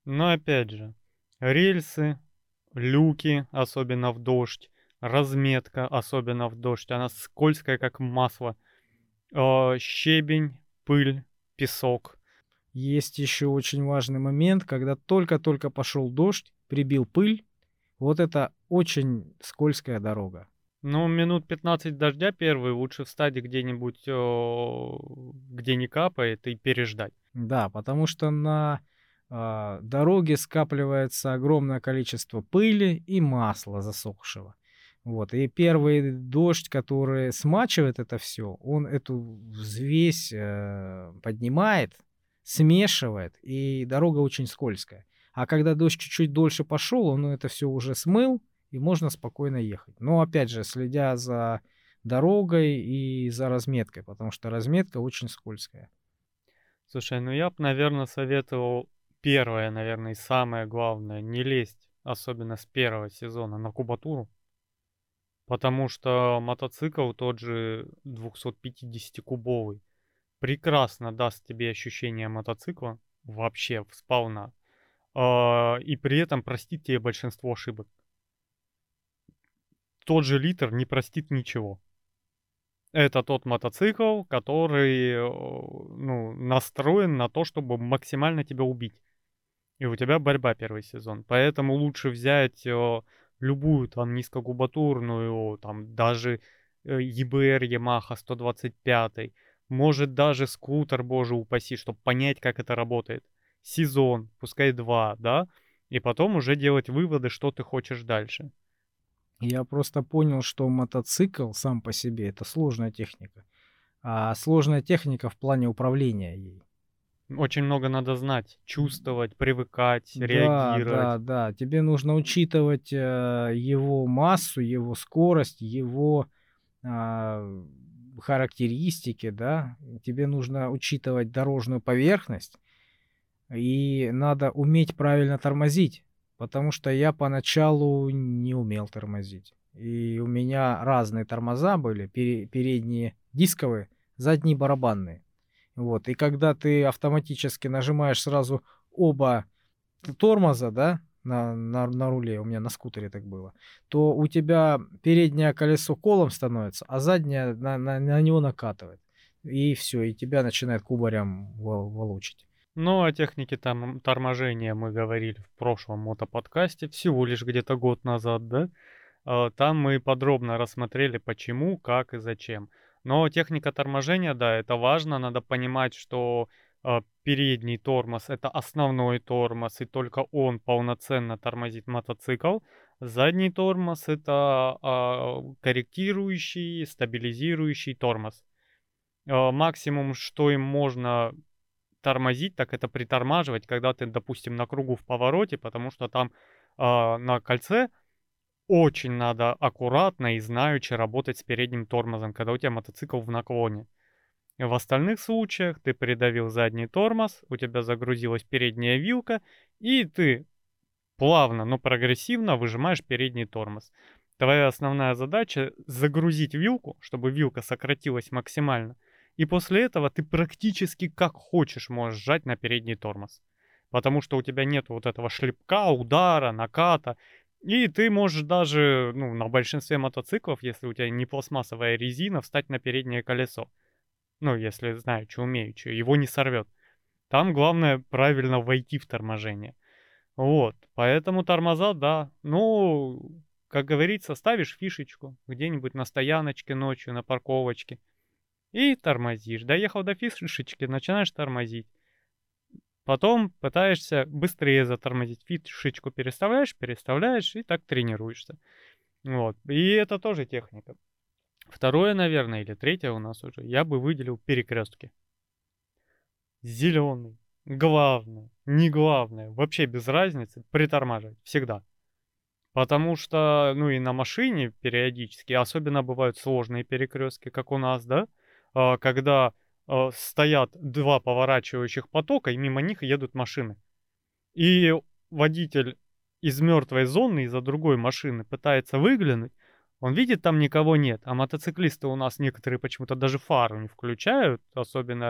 Но опять же, рельсы, люки, особенно в дождь, разметка, особенно в дождь, она скользкая, как масло. А, щебень, пыль, песок. Есть еще очень важный момент, когда только-только пошел дождь, прибил пыль. Вот это очень скользкая дорога. Ну, минут пятнадцать дождя первые лучше встать где-нибудь, о, где не капает, и переждать. Да, потому что на а, дороге скапливается огромное количество пыли и масла засохшего. Вот. И первый дождь, который смачивает это все, он эту взвесь э, поднимает, смешивает, и дорога очень скользкая. А когда дождь чуть-чуть дольше пошел, он это все уже смыл, и можно спокойно ехать. Но опять же, следя за дорогой и за разметкой, потому что разметка очень скользкая. Слушай, ну я бы, наверное, советовал первое, наверное, и самое главное, не лезть, особенно с первого сезона, на кубатуру. Потому что мотоцикл тот же двухсот пятидесятикубовый прекрасно даст тебе ощущение мотоцикла, вообще сполна. А, и при этом простит тебе большинство ошибок. Тот же литр не простит ничего. Это тот мотоцикл, который, э, ну, настроен на то, чтобы максимально тебя убить. И у тебя борьба первый сезон. Поэтому лучше взять э, любую там низкокубатурную, там даже э, и бэ эр Yamaha сто двадцать пять, может даже скутер, боже упаси, чтобы понять, как это работает. Сезон, пускай два, да, и потом уже делать выводы, что ты хочешь дальше. Я просто понял, что мотоцикл сам по себе — это сложная техника, а сложная техника в плане управления ей. Очень много надо знать, чувствовать, привыкать, Да, реагировать. да, да. Тебе нужно учитывать э, его массу, его скорость, его а, характеристики, да. Тебе нужно учитывать дорожную поверхность, и надо уметь правильно тормозить, потому что я поначалу не умел тормозить. И у меня разные тормоза были, пере- передние дисковые, задние барабанные. Вот. И когда ты автоматически нажимаешь сразу оба тормоза, да, на, на, на руле, у меня на скутере так было, то у тебя переднее колесо колом становится, а заднее на, на, на него накатывает. И все, и тебя начинает кубарем вол- волочить. Ну, о технике там торможения мы говорили в прошлом мотоподкасте, всего лишь где-то год назад, да? А, Там мы подробно рассмотрели, почему, как и зачем. Но техника торможения, да, это важно. Надо понимать, что а, передний тормоз — это основной тормоз, и только он полноценно тормозит мотоцикл. Задний тормоз — это а, корректирующий, стабилизирующий тормоз. А, Максимум, что им можно тормозить, так это притормаживать, когда ты, допустим, на кругу в повороте, потому что там а, на кольце очень надо аккуратно и знаючи работать с передним тормозом, когда у тебя мотоцикл в наклоне. В остальных случаях ты придавил задний тормоз, у тебя загрузилась передняя вилка, и ты плавно, но прогрессивно выжимаешь передний тормоз. Твоя основная задача — загрузить вилку, чтобы вилка сократилась максимально. И после этого ты практически как хочешь можешь сжать на передний тормоз. Потому что у тебя нет вот этого шлепка, удара, наката. И ты можешь даже, ну, на большинстве мотоциклов, если у тебя не пластмассовая резина, встать на переднее колесо. Ну, если знаю, что умею, что его не сорвет. Там главное правильно войти в торможение. Вот, поэтому тормоза, да. Ну, как говорится, ставишь фишечку где-нибудь на стояночке ночью, на парковочке и тормозишь. Доехал до фишечки, начинаешь тормозить. Потом пытаешься быстрее затормозить. Фишечку переставляешь, переставляешь и так тренируешься. Вот, и это тоже техника. Второе, наверное, или третье у нас уже, я бы выделил перекрестки. Зеленый, главное, не главное, вообще без разницы, притормаживать всегда. Потому что, ну и на машине периодически, особенно бывают сложные перекрестки, как у нас, да, а, когда а, стоят два поворачивающих потока, и мимо них едут машины. И водитель из мертвой зоны, из-за другой машины пытается выглянуть, он видит, там никого нет, а мотоциклисты у нас некоторые почему-то даже фару не включают, особенно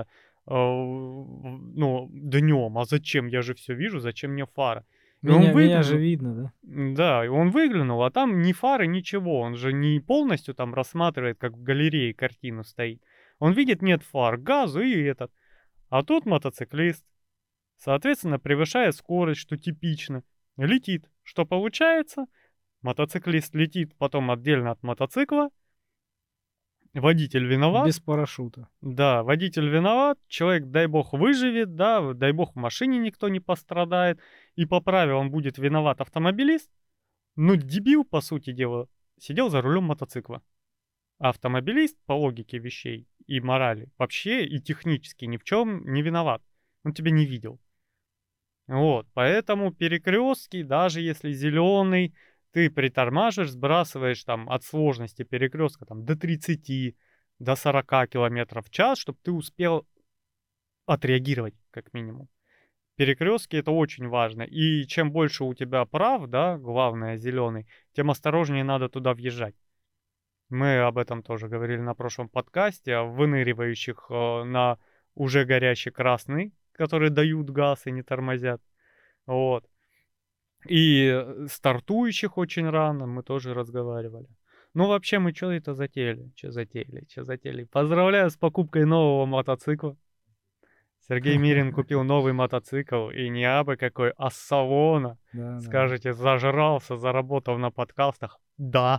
э, ну, днем. А зачем? Я же все вижу, зачем мне фара? И он Меня, меня же выглянул, видно, да? м, да, и он выглянул, а там ни фары, ничего. Он же не полностью там рассматривает, как в галерее картину стоит. Он видит, нет фар, газу и этот. А тут мотоциклист, соответственно, превышает скорость, что типично, летит. Что получается? Мотоциклист летит потом отдельно от мотоцикла, водитель виноват. Без парашюта. Да, водитель виноват, человек, дай бог, выживет, да, в- дай бог, в машине никто не пострадает, и по правилам будет виноват автомобилист. Ну, дебил, по сути дела, сидел за рулем мотоцикла. А автомобилист, по логике вещей и морали, вообще и технически ни в чем не виноват. Он тебя не видел. Вот, поэтому перекрестки, даже если зеленый, ты притормаживаешь, сбрасываешь там от сложности перекрестка там до тридцати, до сорока километров в час, чтобы ты успел отреагировать, как минимум. Перекрестки это очень важно. И чем больше у тебя прав, да, главное зеленый, тем осторожнее надо туда въезжать. Мы об этом тоже говорили на прошлом подкасте, о выныривающих э, на уже горящий красный, которые дают газ и не тормозят. Вот. И э, стартующих очень рано мы тоже разговаривали. Ну, вообще, мы что это затеяли? Что затеяли? Что затеяли? Поздравляю с покупкой нового мотоцикла. Сергей Мирин купил новый мотоцикл, и не абы какой, а с салона. Да, да. Скажете, зажрался, заработал на подкастах? Да.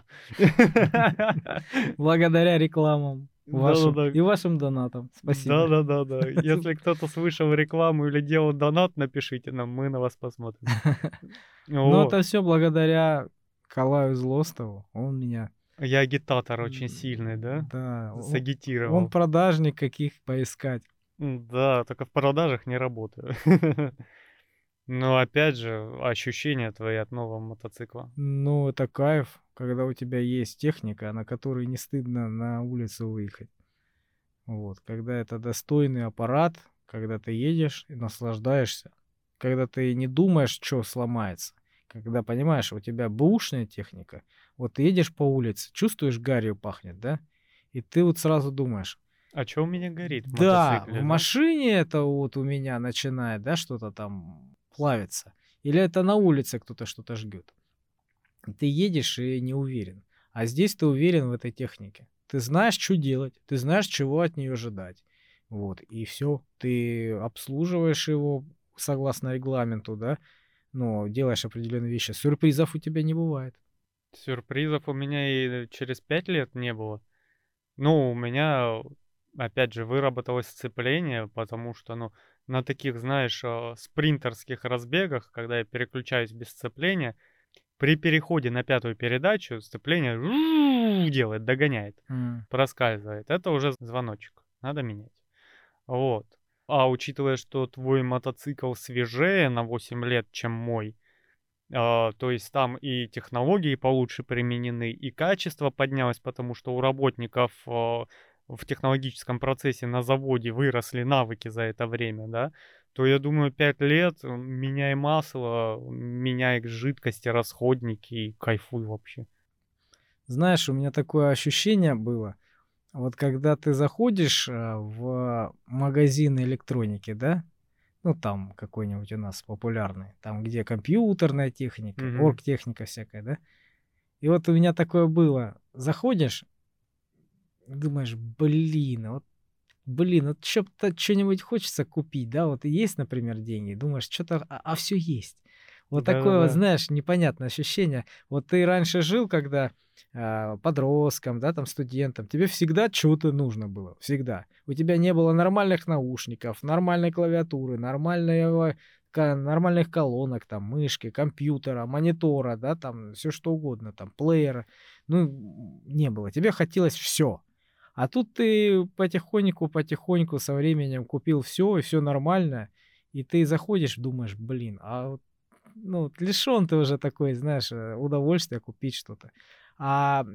Благодаря рекламам вашим Да-да-да. и вашим донатам. Спасибо. Да-да-да-да. Если кто-то слышал рекламу или делал донат, напишите нам, мы на вас посмотрим. Но Вот. это все благодаря Калаю Злостову. Он меня... Я агитатор очень сильный, да? Да. он- Сагитировал. Он продажник, каких поискать. М, Да, только в продажах не работаю. Но опять же, ощущения твои от нового мотоцикла. Ну, это кайф, когда у тебя есть техника, на которой не стыдно на улицу выехать. Вот. Когда это достойный аппарат, когда ты едешь и наслаждаешься, когда ты не думаешь, что сломается, когда понимаешь, у тебя бэушная техника, вот ты едешь по улице, чувствуешь, гарью пахнет, да? И ты вот сразу думаешь, А чё у меня горит в да, мотоцикле, в да? машине это вот у меня начинает, да, что-то там плавиться. Или это на улице кто-то что-то жгет. Ты едешь и не уверен. А здесь ты уверен в этой технике. Ты знаешь, что делать, ты знаешь, чего от нее ожидать. Вот, и все. Ты обслуживаешь его согласно регламенту, да, но делаешь определенные вещи. Сюрпризов у тебя не бывает. Сюрпризов у меня и через пять лет не было. Ну, у меня, опять же, выработалось сцепление, потому что, ну, на таких, знаешь, э, спринтерских разбегах, когда я переключаюсь без сцепления, при переходе на пятую передачу сцепление жу- делает, догоняет, М. проскальзывает. Это уже звоночек, надо менять. Вот. А учитывая, что твой мотоцикл свежее на восемь лет, чем мой, а, то есть там и технологии получше применены, и качество поднялось, потому что у работников а, в технологическом процессе на заводе выросли навыки за это время, да, то я думаю, пять лет м, меняй масло, меняй жидкости, расходники и кайфуй вообще. Знаешь, у меня такое ощущение было, вот когда ты заходишь а, в магазин электроники, да, ну там какой-нибудь у нас популярный, там где компьютерная техника, Мгм. оргтехника всякая, да. И вот у меня такое было. Заходишь, думаешь, блин, а вот, блин, вот что-то что-нибудь хочется купить, да, вот и есть, например, деньги, думаешь, что-то, а, все есть. Вот такое вот, Да-да-да. знаешь, непонятное ощущение. Вот ты раньше жил, когда а, подростком, да, там, студентом, тебе всегда что-то нужно было, всегда. У тебя не было нормальных наушников, нормальной клавиатуры, нормального, ка- нормальных колонок, там, мышки, компьютера, монитора, да, там, все что угодно, там, плеера. Ну, не было. Тебе хотелось все. А тут ты потихоньку, потихоньку со временем купил все, и все нормально. И ты заходишь, думаешь, блин, а вот, ну, вот лишён ты уже такой, знаешь, э, удовольствия купить что-то. А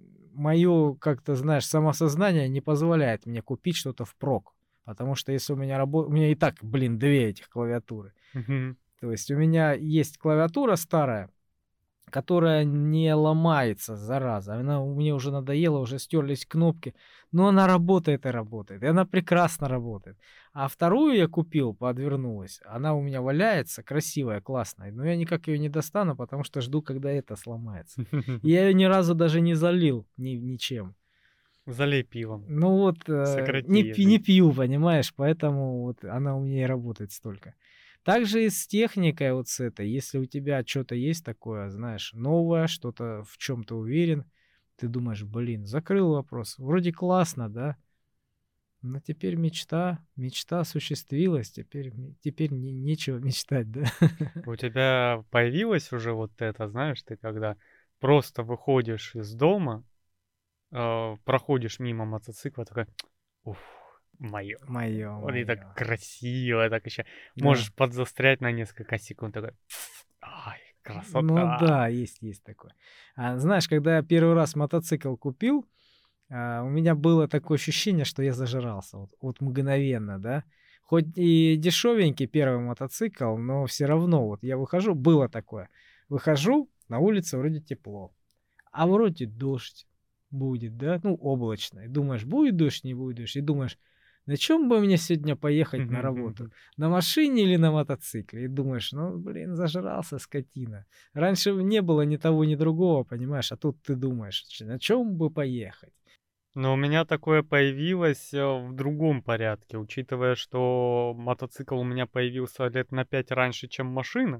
мое, как-то, знаешь, самосознание не позволяет мне купить что-то впрок. Потому что если у меня рабо у меня и так, блин, две этих клавиатуры. Мгм. То есть у меня есть клавиатура старая, которая не ломается, зараза. Она мне уже надоела, уже стерлись кнопки. Но она работает и работает. И она прекрасно работает. А вторую я купил, подвернулась. Она у меня валяется, красивая, классная. Но я никак ее не достану, потому что жду, когда это сломается. И я ее ни разу даже не залил ни, ничем. Залей пивом. Ну вот, э, Сократи не, пи- не язык. пью, понимаешь, поэтому вот она у меня и работает столько. Также и с техникой вот с этой, если у тебя что-то есть такое, знаешь, новое, что-то в чем ты уверен, ты думаешь, блин, закрыл вопрос, вроде классно, да, но теперь мечта, мечта осуществилась, теперь, м- теперь не, нечего мечтать, да. У тебя появилось уже вот это, знаешь, ты когда просто выходишь из дома, э, проходишь мимо мотоцикла, такой, уф, мое. Мое, И так мое. красиво, так еще Да. можешь подзастрять на несколько секунд, такой, ай, Ну красота. да, есть, есть такое. А, знаешь, когда я первый раз мотоцикл купил, а, у меня было такое ощущение, что я зажрался. Вот, вот мгновенно, да. Хоть и дешевенький первый мотоцикл, но все равно вот я выхожу, было такое. Выхожу, на улице вроде тепло, а вроде дождь будет, да, ну облачно. И думаешь, будет дождь, не будет дождь. И думаешь, на чем бы мне сегодня поехать на работу? На машине или на мотоцикле? И думаешь, ну, блин, зажрался, скотина. Раньше не было ни того, ни другого, понимаешь? А тут ты думаешь, «Ч- на чем бы поехать? Но у меня такое появилось э, в другом порядке, учитывая, что мотоцикл у меня появился лет на пять раньше, чем машина,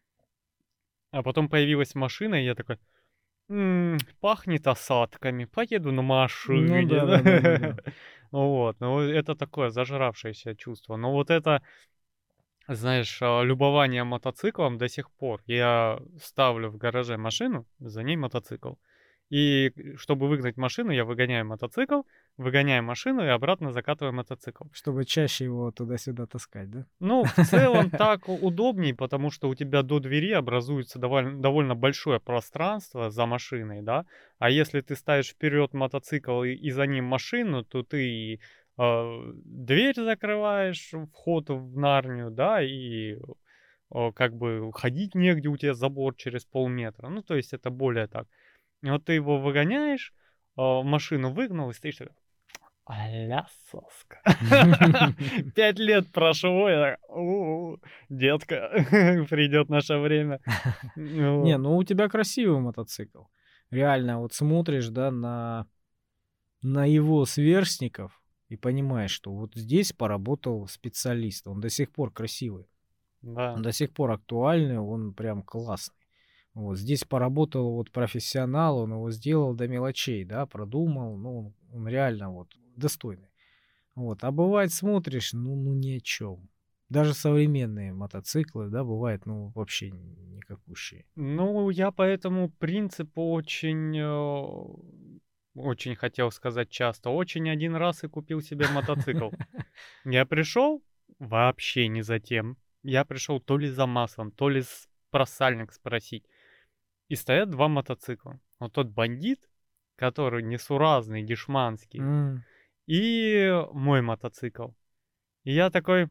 а потом появилась машина, и я такой, «М, пахнет осадками, поеду на Ну машине». да, да, да, да, да. Вот, ну это такое зажравшееся чувство. Но вот это, знаешь, а, любование мотоциклом до сих пор. Я ставлю в гараже машину, за ней мотоцикл. И э, чтобы выгнать машину, я выгоняю мотоцикл, выгоняю машину и обратно закатываю мотоцикл. Чтобы чаще его туда-сюда таскать, да? Ну, в целом так у- удобней, потому что у тебя до двери образуется довольно, довольно большое пространство за машиной, да. А если ты ставишь вперед мотоцикл и, и за ним машину, то ты э, дверь закрываешь, вход в Нарнию, да, и э, как бы ходить негде, у тебя забор через полметра. Ну, то есть это более так. И вот ты его выгоняешь, э, машину выгнал и стоишь такой, а-ля соска. Пять лет прошло, я так, «У, детка, придет наше время». Не, Вот. ну у тебя красивый мотоцикл. Реально, вот смотришь, да, на, на его сверстников и понимаешь, что вот здесь поработал специалист. Он до сих пор красивый, Да. он до сих пор актуальный, он прям классный. Вот здесь поработал вот профессионал, он его сделал до мелочей, да, продумал, ну, он реально вот достойный. Вот, а бывает смотришь, ну, ну ни о чем. Даже современные мотоциклы, да, бывает, ну, вообще никакущие. Ну, я по этому принципу очень, э, очень хотел сказать часто, очень один раз и купил себе мотоцикл. Я пришел вообще не за тем. Я пришел то ли за маслом, то ли с про сальник спросить. И стоят два мотоцикла. Вот тот бандит, который несуразный, дешманский, М. и мой мотоцикл. И я такой,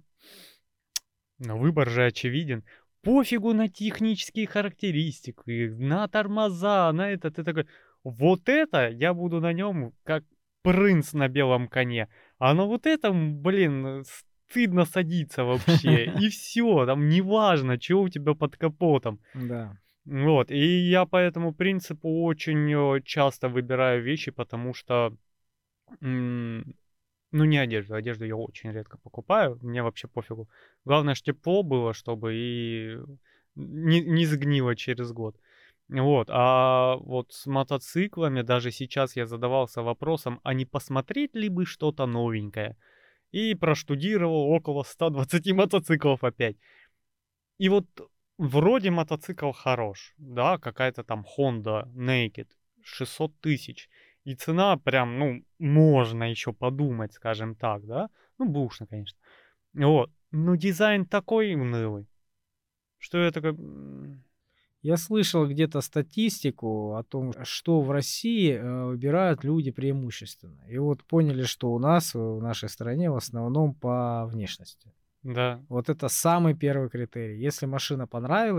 ну выбор же очевиден. Пофигу на технические характеристики, на тормоза, на это. Ты такой, вот это я буду на нем как принц на белом коне. А на вот этом, блин, стыдно садиться вообще. И все, там неважно, что у тебя под капотом. Да. Вот, и я по этому принципу очень э, часто выбираю вещи, потому что, м, ну, не одежду, одежду я очень редко покупаю, мне вообще пофигу. Главное, что тепло было, чтобы и не, не сгнило через год. Вот, а вот с мотоциклами даже сейчас я задавался вопросом, а не посмотреть ли бы что-то новенькое? И проштудировал около ста двадцати мотоциклов опять. И вот вроде мотоцикл хорош, да, какая-то там Honda Naked, шестьсот тысяч. И цена прям, ну, можно еще подумать, скажем так, да. Ну, бушно, конечно. Вот. Но дизайн такой унылый, что я такой... м, Я слышал где-то статистику о том, что в России э, выбирают люди преимущественно. И вот поняли, что у нас, э, в нашей стране, в основном по внешности. Да. Вот это самый первый критерий. Если машина понравилась,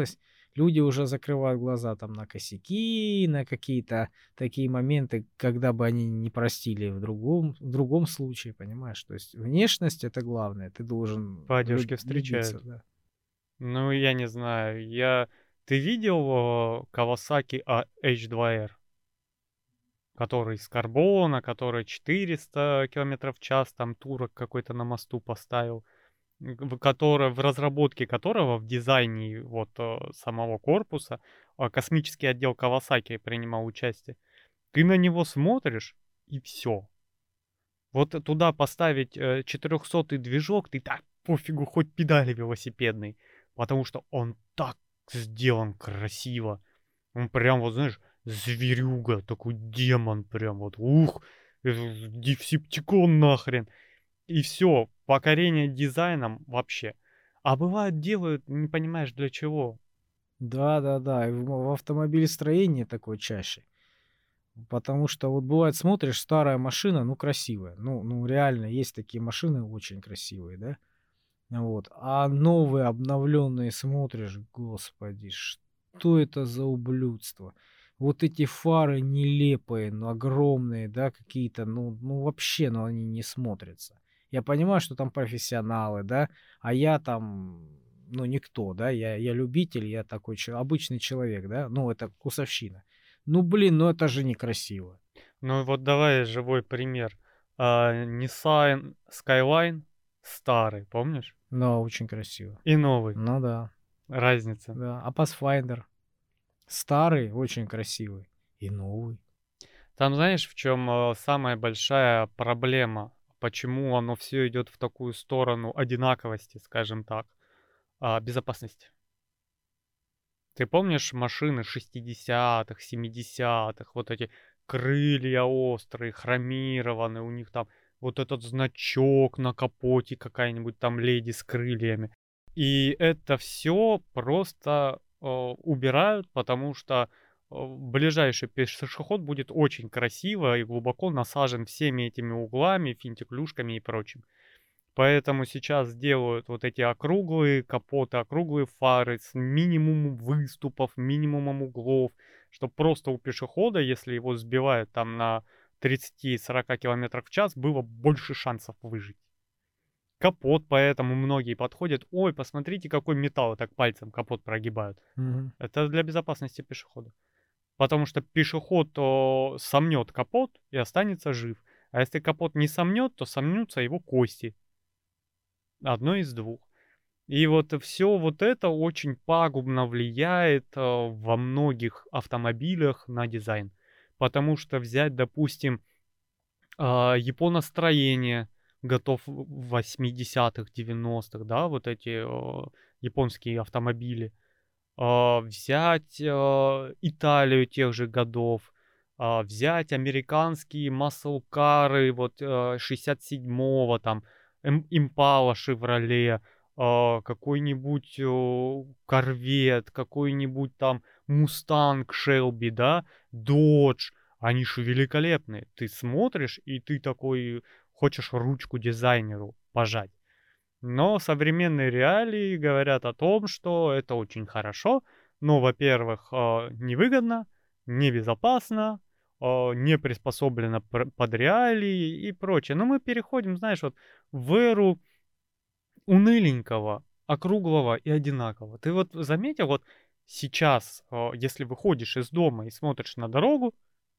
Люди уже закрывают глаза там на косяки, на какие-то такие моменты, когда бы они не простили в другом, в другом случае, понимаешь? То есть внешность это главное, ты должен По влю- одежке влюбиться, встречают. да. Ну, я не знаю, я... Ты видел э, Kawasaki а- эйч два эр? Который из карбона, который четыреста километров в час, там турок какой-то на мосту поставил, г- в которое, в разработке которого, в дизайне вот э, самого корпуса, а, космический отдел Кавасаки принимал участие. Ты на него смотришь, и все. Вот туда поставить э, четырехсотый движок, ты так пофигу, хоть педали велосипедные, потому что он так сделан красиво. Он прям, вот знаешь, зверюга, такой демон прям вот, ух, э, дефсептикон нахрен. И все, покорение дизайном вообще. А бывает делают, не понимаешь для чего. Да, да, да. И в, в автомобилестроении такое чаще. Потому что вот бывает, смотришь, старая машина, ну, красивая. Ну, ну, реально, есть такие машины очень красивые, да? Вот. А новые, обновленные смотришь, господи, что это за ублюдство? Вот эти фары нелепые, ну, огромные, да, какие-то, ну, ну, вообще, ну, они не смотрятся. Я понимаю, что там профессионалы, да, а я там, ну, никто, да, я, я любитель, я такой че- обычный человек, да, ну, это вкусовщина. Ну, блин, ну, это же некрасиво. Ну вот давай живой пример. А, Nissan Skyline старый, помнишь? Но очень красиво. И новый. Ну да, Разница. да. А Pathfinder? Старый, очень красивый. И новый. Там знаешь, в чем э, самая большая проблема? Почему оно все идет в такую сторону одинаковости, скажем так? А, безопасность. Ты помнишь машины шестидесятых, семидесятых, вот эти крылья острые, хромированные, у них там вот этот значок на капоте, какая-нибудь там леди с крыльями. И это все просто э, убирают, потому что э, ближайший пешеход будет очень красиво и глубоко насажен всеми этими углами, финтиклюшками и прочим. Поэтому сейчас делают вот эти округлые капоты, округлые фары с минимумом выступов, минимумом углов, чтобы просто у пешехода, если его сбивают там на тридцати-сорока километрах в час, было больше шансов выжить. Капот, поэтому многие подходят, ой, посмотрите, какой металл, и так пальцем капот прогибают. Мгм. Это для безопасности пешехода. Потому что пешеход то сомнет капот и останется жив. А если капот не сомнет, то сомнутся его кости. Одно из двух. И вот все вот это очень пагубно влияет э, во многих автомобилях на дизайн. Потому что взять, допустим, а, японостроение готов в восьмидесятых, девяностых, да, вот эти э, японские автомобили. А, взять э, Италию тех же годов, а, взять американские маслкары вот э, шестьдесят седьмого, там, Импала, Шевроле, а, какой-нибудь э, Корвет, какой-нибудь там Мустанг, Шелби, да, Додж, они же великолепные. Ты смотришь, и ты такой хочешь ручку дизайнеру пожать. Но современные реалии говорят о том, что это очень хорошо, но, во-первых, а, невыгодно, небезопасно, а, не приспособлено пр- под реалии и прочее. Но мы переходим, знаешь, вот в эру уныленького, округлого и одинакового. Ты вот заметил, вот сейчас, а, если выходишь из дома и смотришь на дорогу,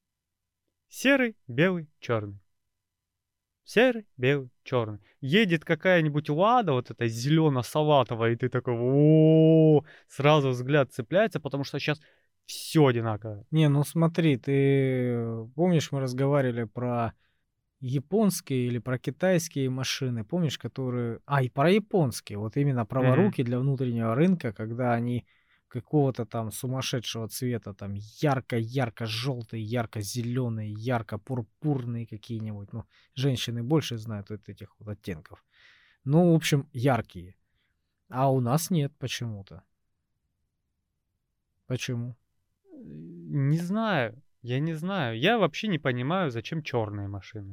серый, белый, черный. Серый, белый, черный. Едет какая-нибудь лада, вот эта зелено-салатовая, и ты такой, о, сразу взгляд цепляется, потому что сейчас все одинаковое. Не, ну смотри, ты э, помнишь, мы разговаривали про японские или про китайские машины, помнишь, которые... А, и про японские, вот именно Мгм. праворуки для внутреннего рынка, когда они какого-то там сумасшедшего цвета, там ярко-ярко-желтый, ярко-зеленый, ярко-пурпурные какие-нибудь. Ну, женщины больше знают вот этих вот оттенков. Ну, в общем, яркие. А у нас нет почему-то. Почему? Не знаю, я не знаю. Я вообще не понимаю, зачем черные машины.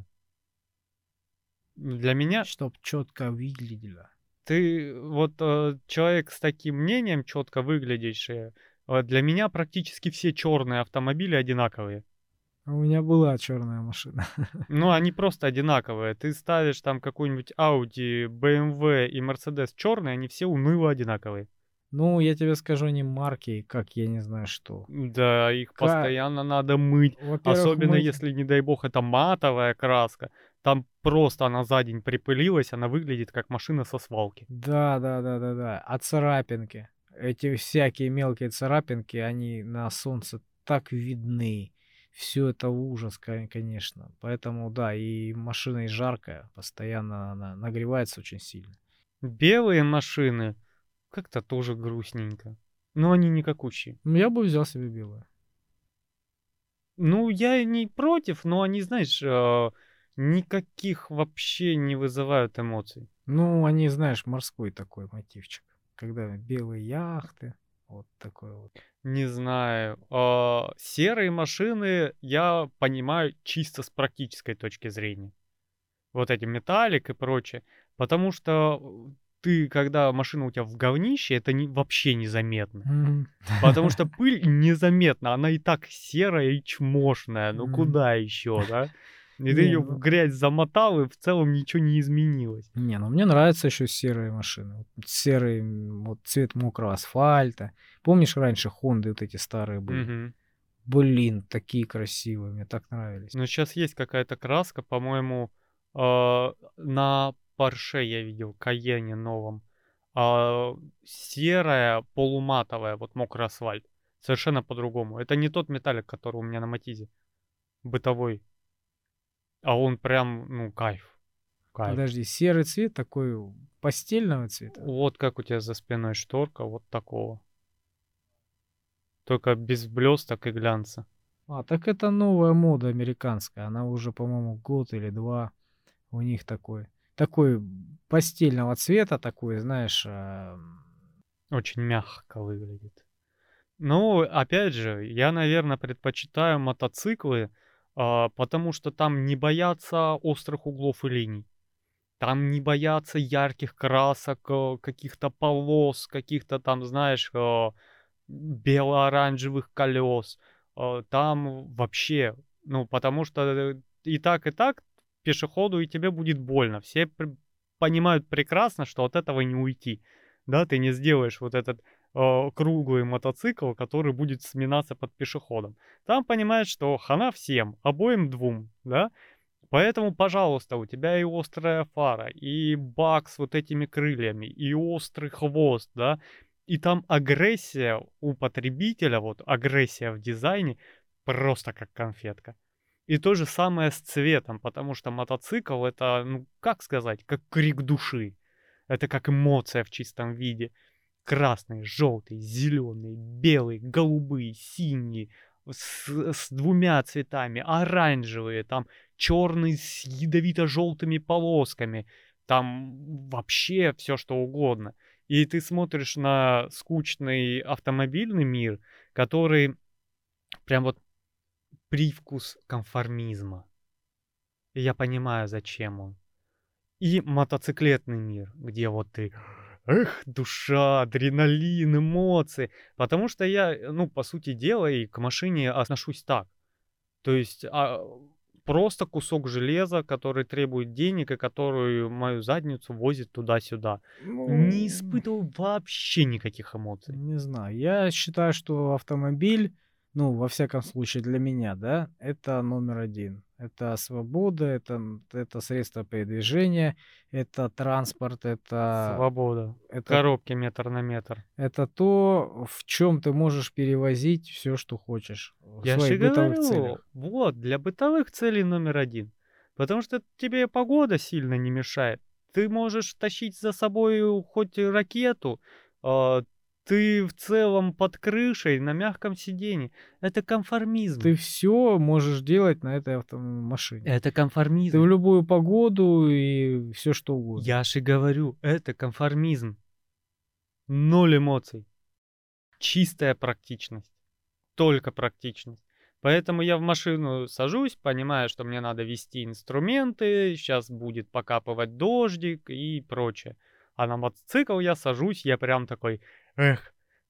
Для меня Чтоб четко выглядело. ты вот э, человек с таким мнением четко выглядящий, э, для меня практически все черные автомобили одинаковые. У меня была черная машина. Ну, они просто одинаковые. Ты ставишь там какую-нибудь Audi, бэ эм вэ и Mercedes черные, они все уныло одинаковые. Ну, я тебе скажу, не марки, как я не знаю что. Да, их Ка- постоянно надо мыть. Во-первых, Особенно мыть... если, не дай бог, это матовая краска. Там просто она за день припылилась, она выглядит как машина со свалки. Да, да, да, да, да. А царапинки? Эти всякие мелкие царапинки, они на солнце так видны. Все это ужас, кон- конечно. Поэтому, да, и машина и жаркая, постоянно она нагревается очень сильно. Белые машины как-то тоже грустненько. Но они никакущие. Ну, я бы взял себе белую. Ну, я и не против, но они, знаешь, э, никаких вообще не вызывают эмоций. Ну, они, знаешь, морской такой мотивчик. Когда белые яхты, вот такой вот. Не знаю. а, Серые машины я понимаю чисто с практической точки зрения. Вот эти металлик и прочее. Потому что э, ты, когда машина у тебя в говнище, это не, вообще незаметно. Мгм. Потому что пыль незаметна, она и так серая и чмошная. Ну Мгм. куда еще, да? И ты Не, ее в ну, грязь замотал, и в целом ничего не изменилось. не, ну мне нравятся еще серые машины. Вот серый, м, вот цвет мокрого асфальта. Помнишь, раньше Хонды вот эти старые были? Мгм. Блин, такие красивые, мне так нравились. Но сейчас есть какая-то краска, по-моему, а, на Porsche я видел, Кайене новом. а, Серая, полуматовая, вот мокрый асфальт. Совершенно по-другому. Это не тот металлик, который у меня на Матизе. Бытовой. А он прям, ну, кайф. Кайф. Подожди, серый цвет такой постельного цвета? Вот как у тебя за спиной шторка, вот такого. Только без блесток и глянца. А, так это новая мода американская. Она уже, по-моему, год или два у них такой. Такой постельного цвета, такой, знаешь, а, Очень мягко выглядит. Ну, опять же, я, наверное, предпочитаю мотоциклы, а, потому что там не боятся острых углов и линий. Там не боятся ярких красок, э, каких-то полос, каких-то там, знаешь, э, бело-оранжевых колес. Э, Там вообще, ну, потому что э, и так, и так пешеходу и тебе будет больно. Все пр- понимают прекрасно, что от этого не уйти. Да, ты не сделаешь вот этот э, круглый мотоцикл, который будет сминаться под пешеходом. Там понимаешь, что хана всем, обоим двум, да. Поэтому, пожалуйста, у тебя и острая фара, и бак с вот этими крыльями, и острый хвост, да, и там агрессия у потребителя, вот агрессия в дизайне просто как конфетка. И то же самое с цветом, потому что мотоцикл это, ну, как сказать, как крик души. Это как эмоция в чистом виде. Красный, желтый, зеленый, белый, голубые, синие, с, с двумя цветами, оранжевые, там черный с ядовито-желтыми полосками, там вообще все что угодно. И ты смотришь на скучный автомобильный мир, который прям вот привкус конформизма. И я понимаю, зачем он. И мотоциклетный мир, где вот ты, эх, душа, адреналин, эмоции. Потому что я, э, ну, по сути дела, и к машине отношусь так. То есть а, просто кусок железа, который требует денег и который мою задницу возит туда-сюда. Не ну, испытывал вообще никаких эмоций. не знаю. Я считаю, что автомобиль, ну, во всяком случае для меня, да, это номер один. Это свобода, это, н- это средство передвижения, это транспорт, это, Свобода. это, Коробки метр на метр. это то, в чем ты можешь перевозить все, что хочешь в Я же своих и бытовых говорю, целях. вот, для бытовых целей номер один. Потому что тебе погода сильно не мешает. Ты можешь тащить за собой хоть и ракету, а, ты в целом под крышей на мягком сиденье. Это конформизм. Ты все можешь делать на этой авто машине. Это Ты в конформизм. любую погоду и все что угодно. Я же и говорю, это конформизм. Ноль эмоций. Чистая практичность. Только практичность. Поэтому я в машину сажусь, понимаю, что мне надо вести инструменты, сейчас будет покапывать дождик и прочее. А на мотоцикл я сажусь, я прям такой, эх,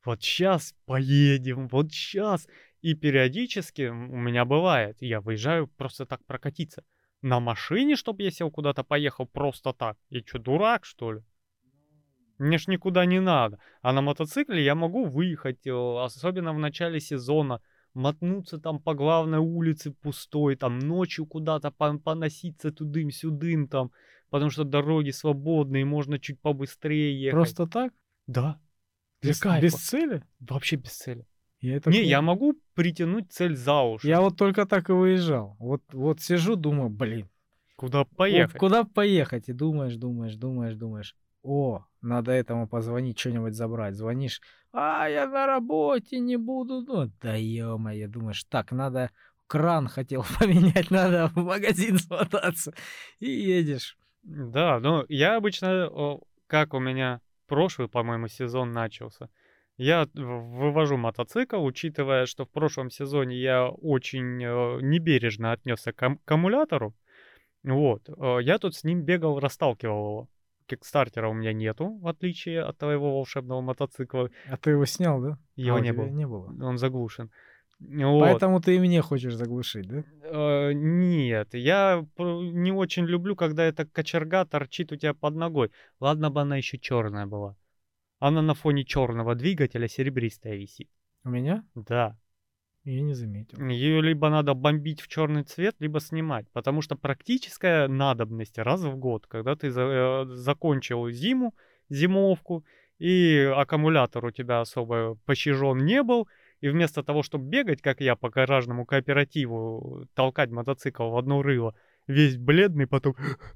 вот сейчас поедем, вот сейчас. И периодически м, у меня бывает, я выезжаю просто так прокатиться. На машине, чтобы я сел куда-то поехал просто так. Я что, дурак, что ли? Мне ж никуда не надо. А на мотоцикле я могу выехать, э, особенно в начале сезона, мотнуться там по главной улице пустой, там ночью куда-то пон- поноситься тудым-сюдым там, потому что дороги свободные, можно чуть побыстрее ехать. Просто так? Да, для Без, без кайфа. цели? Вообще без цели. Я так Не, не- я могу притянуть цель за уши. Я вот только так и выезжал. Вот, вот сижу, думаю, блин, Куда вот поехать? куда поехать? И думаешь, думаешь, думаешь, думаешь. О, надо этому позвонить, что-нибудь забрать. Звонишь, а я на работе не буду. Ну, да ё-моё, думаешь, так, надо кран хотел поменять, надо в магазин смотаться. И едешь. Да, ну я обычно, о, как у меня прошлый, по-моему, сезон начался, я в- вывожу мотоцикл, учитывая, что в прошлом сезоне я очень э, небережно отнесся к ам- к аккумулятору. Вот, э, я тут с ним бегал, расталкивал его. Кикстартера у меня нету, в отличие от твоего волшебного мотоцикла. А ты его снял, да? А Его у не тебя было, не было. он заглушен. Вот. Поэтому ты и мне хочешь заглушить, да? Э, нет, я про не очень люблю, когда эта кочерга торчит у тебя под ногой. Ладно бы она еще черная была. Она на фоне черного двигателя серебристая висит. У меня? Да. Я не заметил. Ее либо надо бомбить в черный цвет, либо снимать. Потому что практическая надобность раз в год, когда ты за- э, закончил зиму, зимовку, и аккумулятор у тебя особо пощажен не был, и вместо того, чтобы бегать, как я, по гаражному кооперативу, толкать мотоцикл в одно рыло, весь бледный, потом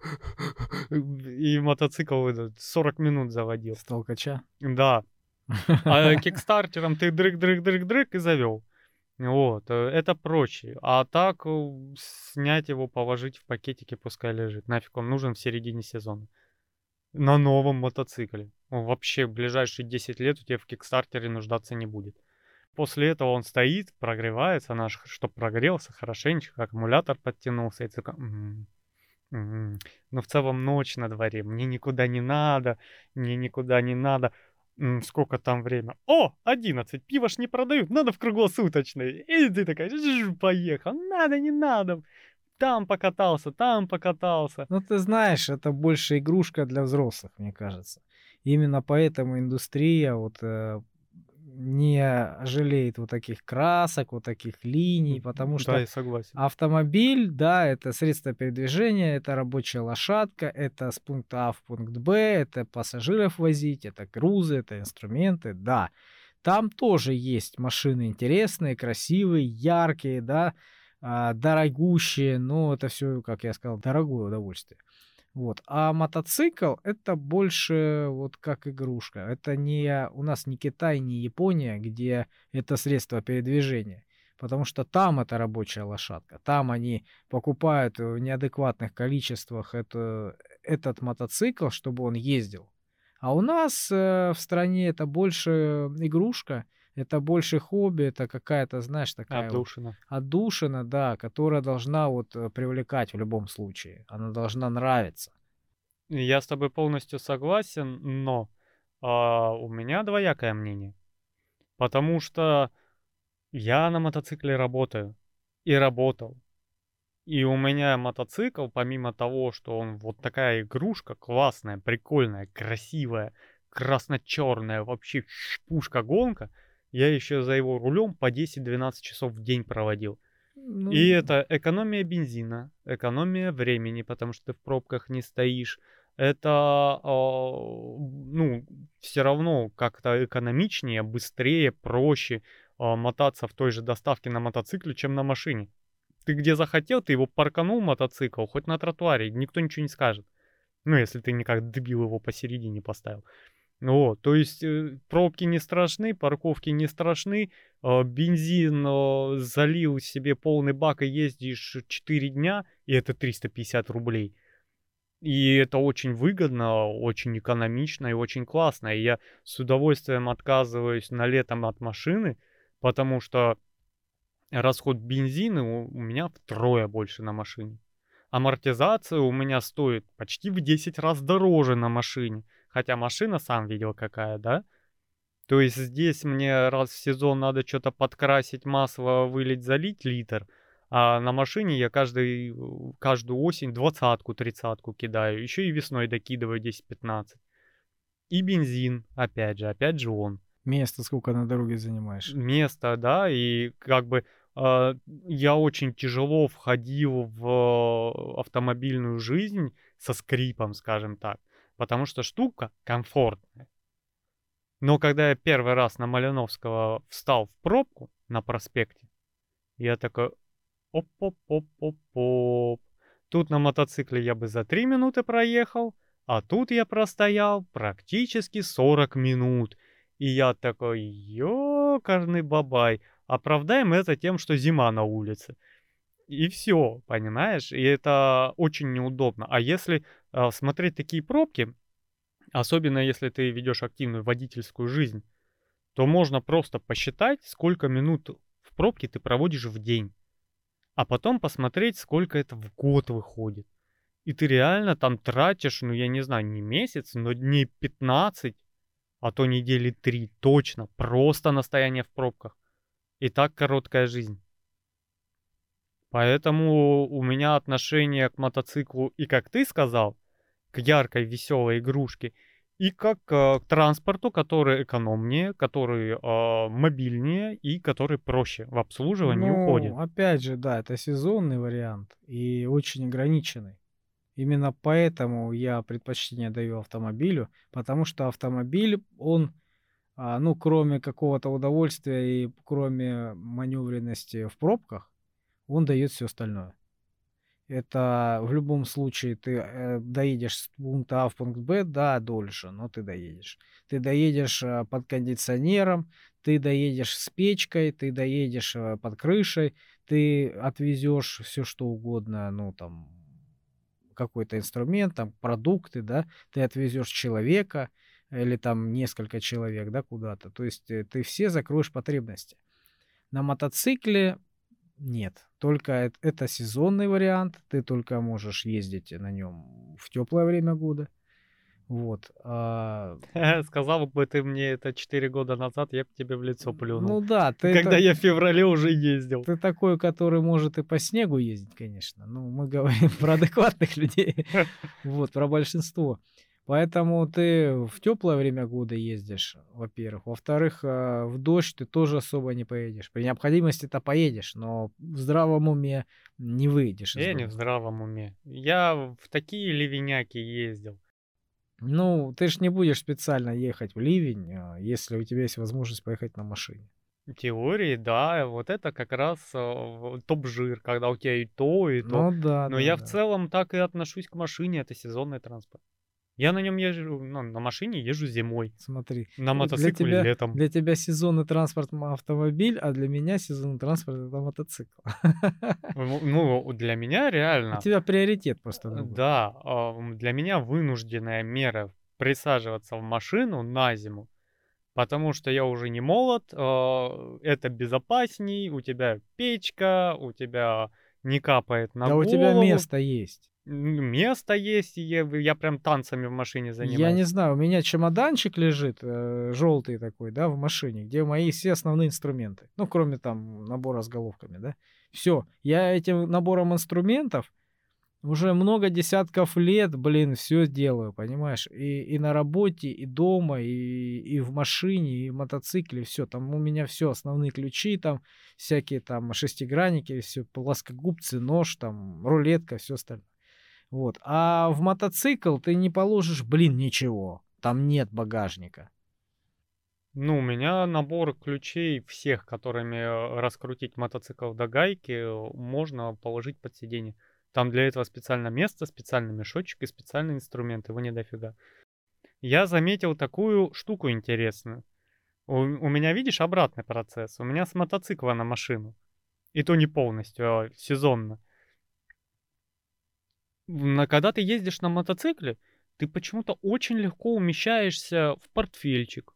и мотоцикл этот сорок минут заводил. С толкача. Да. А кикстартером ты дрык-дрык-дрык-дрык и завел. Вот, э, это проще. А так э, снять его, положить в пакетике, пускай лежит. Нафиг он нужен в середине сезона. На новом мотоцикле. Он вообще в ближайшие десять лет у тебя в кикстартере нуждаться не будет. После этого он стоит, прогревается, наш, чтобы прогрелся хорошенечко, аккумулятор подтянулся, и ты такой, «М, м, но в целом ночь на дворе, мне никуда не надо, мне никуда не надо. М, сколько там время? О, одиннадцать, пиво ж не продают, надо в круглосуточный. И ты такая, «Жж, поехал, надо, не надо. Там покатался, там покатался». Ну, ты знаешь, это больше игрушка для взрослых, мне кажется. Именно поэтому индустрия вот э, не жалеет вот таких красок, вот таких линий, М, потому Да, что я согласен. автомобиль, да, это средство передвижения, это рабочая лошадка, это с пункта А в пункт Б, это пассажиров возить, это грузы, это инструменты, да. Там тоже есть машины интересные, красивые, яркие, да, а, дорогущие, но это все, как я сказал, дорогое удовольствие. Вот. А мотоцикл это больше вот как игрушка. Это не у нас не Китай, не Япония, где это средство передвижения. Потому что там это рабочая лошадка. Там они покупают в неадекватных количествах это, этот мотоцикл, чтобы он ездил. А у нас э, в стране это больше игрушка, это больше хобби, это какая-то, знаешь, такая вот Отдушина. отдушина, да, которая должна вот э, привлекать в любом случае. Она должна нравиться. Я с тобой полностью согласен, но а, у меня двоякое мнение. Потому что я на мотоцикле работаю и работал. И у меня мотоцикл, помимо того, что он вот такая игрушка классная, прикольная, красивая, красно-черная, вообще пушка-гонка, я еще за его рулем по десять-двенадцать часов в день проводил. Ну, И это экономия бензина, экономия времени, потому что ты в пробках не стоишь. Это, а, ну, все равно как-то экономичнее, быстрее, проще а, мотаться в той же доставке на мотоцикле, чем на машине. Ты где захотел, ты его парканул мотоцикл, хоть на тротуаре, никто ничего не скажет. Ну, если ты не как дебил его посередине поставил. Вот, то есть э, пробки не страшны, парковки не страшны, э, бензин э, залил себе полный бак и ездишь четыре дня, и это триста пятьдесят рублей. И это очень выгодно, очень экономично и очень классно. И я с удовольствием отказываюсь на летом от машины, потому что расход бензина у, у меня втрое больше на машине. Амортизация у меня стоит почти в десять раз дороже на машине. Хотя машина, сам видел какая, да? То есть здесь мне раз в сезон надо что-то подкрасить, масло вылить, залить литр, а на машине я каждый, э, каждую осень двадцатку, тридцатку кидаю. Еще и весной докидываю десять-пятнадцать. И бензин, опять же, опять же он. Место сколько на дороге занимаешь? Место, да, и как бы а, я очень тяжело входил в автомобильную жизнь со скрипом, скажем так, потому что штука комфортная. Но когда я первый раз на Малиновского встал в пробку на проспекте, я такой оп-оп-оп-оп-оп. Тут на мотоцикле я бы за три минуты проехал, а тут я простоял практически сорок минут. И я такой, ёкарный бабай, оправдаем это тем, что зима на улице. И все, понимаешь? И это очень неудобно. А если а, смотреть такие пробки, особенно если ты ведешь активную водительскую жизнь, то можно просто посчитать, сколько минут в пробке ты проводишь в день, а потом посмотреть, сколько это в год выходит. И ты реально там тратишь, ну я не знаю, не месяц, но дней пятнадцать, а то недели три точно, просто на стояние в пробках. И так короткая жизнь. Поэтому у меня отношение к мотоциклу и, как ты сказал, к яркой, веселой игрушке, и как э, к транспорту, который экономнее, который э, мобильнее и который проще в обслуживании и уходе. Ну, опять же, да, это сезонный вариант и очень ограниченный. Именно поэтому я предпочтение даю автомобилю, потому что автомобиль, он, а, ну, кроме какого-то удовольствия и кроме маневренности в пробках, он дает все остальное. Это в любом случае ты э, доедешь с пункта А в пункт Б, да, дольше, но ты доедешь. Ты доедешь э, под кондиционером, ты доедешь с печкой, ты доедешь э, под крышей, ты отвезешь все что угодно, ну там какой-то инструмент, там продукты, да, ты отвезешь человека или там несколько человек, да, куда-то. То есть э, ты все закроешь потребности. На мотоцикле нет, только эт- это сезонный вариант, ты только можешь ездить на нем в теплое время года. Вот. а, Сказал бы ты мне это четыре года назад, я бы тебе в лицо плюнул. ну да, ты, Когда это, я в феврале уже ездил. ты такой, который может и по снегу ездить, конечно. Ну, мы говорим про адекватных людей, вот, про большинство. Поэтому ты в теплое время года ездишь, во-первых. Во-вторых, а, в дождь ты тоже особо не поедешь. При необходимости-то поедешь, но в здравом уме не выйдешь из Я не в дома. здравом уме. Я в такие ливеняки ездил. Ну, ты ж не будешь специально ехать в ливень, а, если у тебя есть возможность поехать на машине. В теории, да, вот это как раз э, в- топ-жир, когда у тебя и то, и то. Ну да, Но да, я в да. целом так и отношусь к машине, это сезонный транспорт. Я на нем езжу, ну, на машине езжу зимой, Смотри, на э, для мотоцикле тебя, летом. для тебя сезонный транспорт м- автомобиль, а для меня сезонный транспорт это мотоцикл. Ну, ну, для меня У реально, тебя приоритет просто э, другой. да, а, м, для меня вынужденная мера присаживаться в машину на зиму, потому что я уже не молод, а, это безопасней, у тебя печка, у тебя не капает на Да у тебя голову, место есть. м, место есть, и я, я прям танцами в машине Я не занимаюсь. знаю, у меня чемоданчик лежит, э, желтый такой, да, в машине, где мои все основные инструменты. Ну, кроме там набора с головками, да. Все, я этим набором инструментов уже много десятков лет, блин, все делаю, понимаешь? И, и на работе, и дома, и, и в машине, и в мотоцикле, все. Там у меня все, основные ключи, там всякие там шестигранники, все, плоскогубцы, нож, там, рулетка, все остальное. Вот. А в мотоцикл ты не положишь, блин, ничего. Там нет багажника. Ну, у меня набор ключей всех, которыми э, раскрутить мотоцикл до гайки, э, можно положить под сиденье. Там для этого специально место, специальный мешочек и специальные инструменты, его не дофига. Я заметил такую штуку интересную. У, у меня, видишь, обратный процесс. У меня с мотоцикла на машину. И то не полностью, а сезонно. На, когда ты ездишь на мотоцикле, ты почему-то очень легко умещаешься в портфельчик.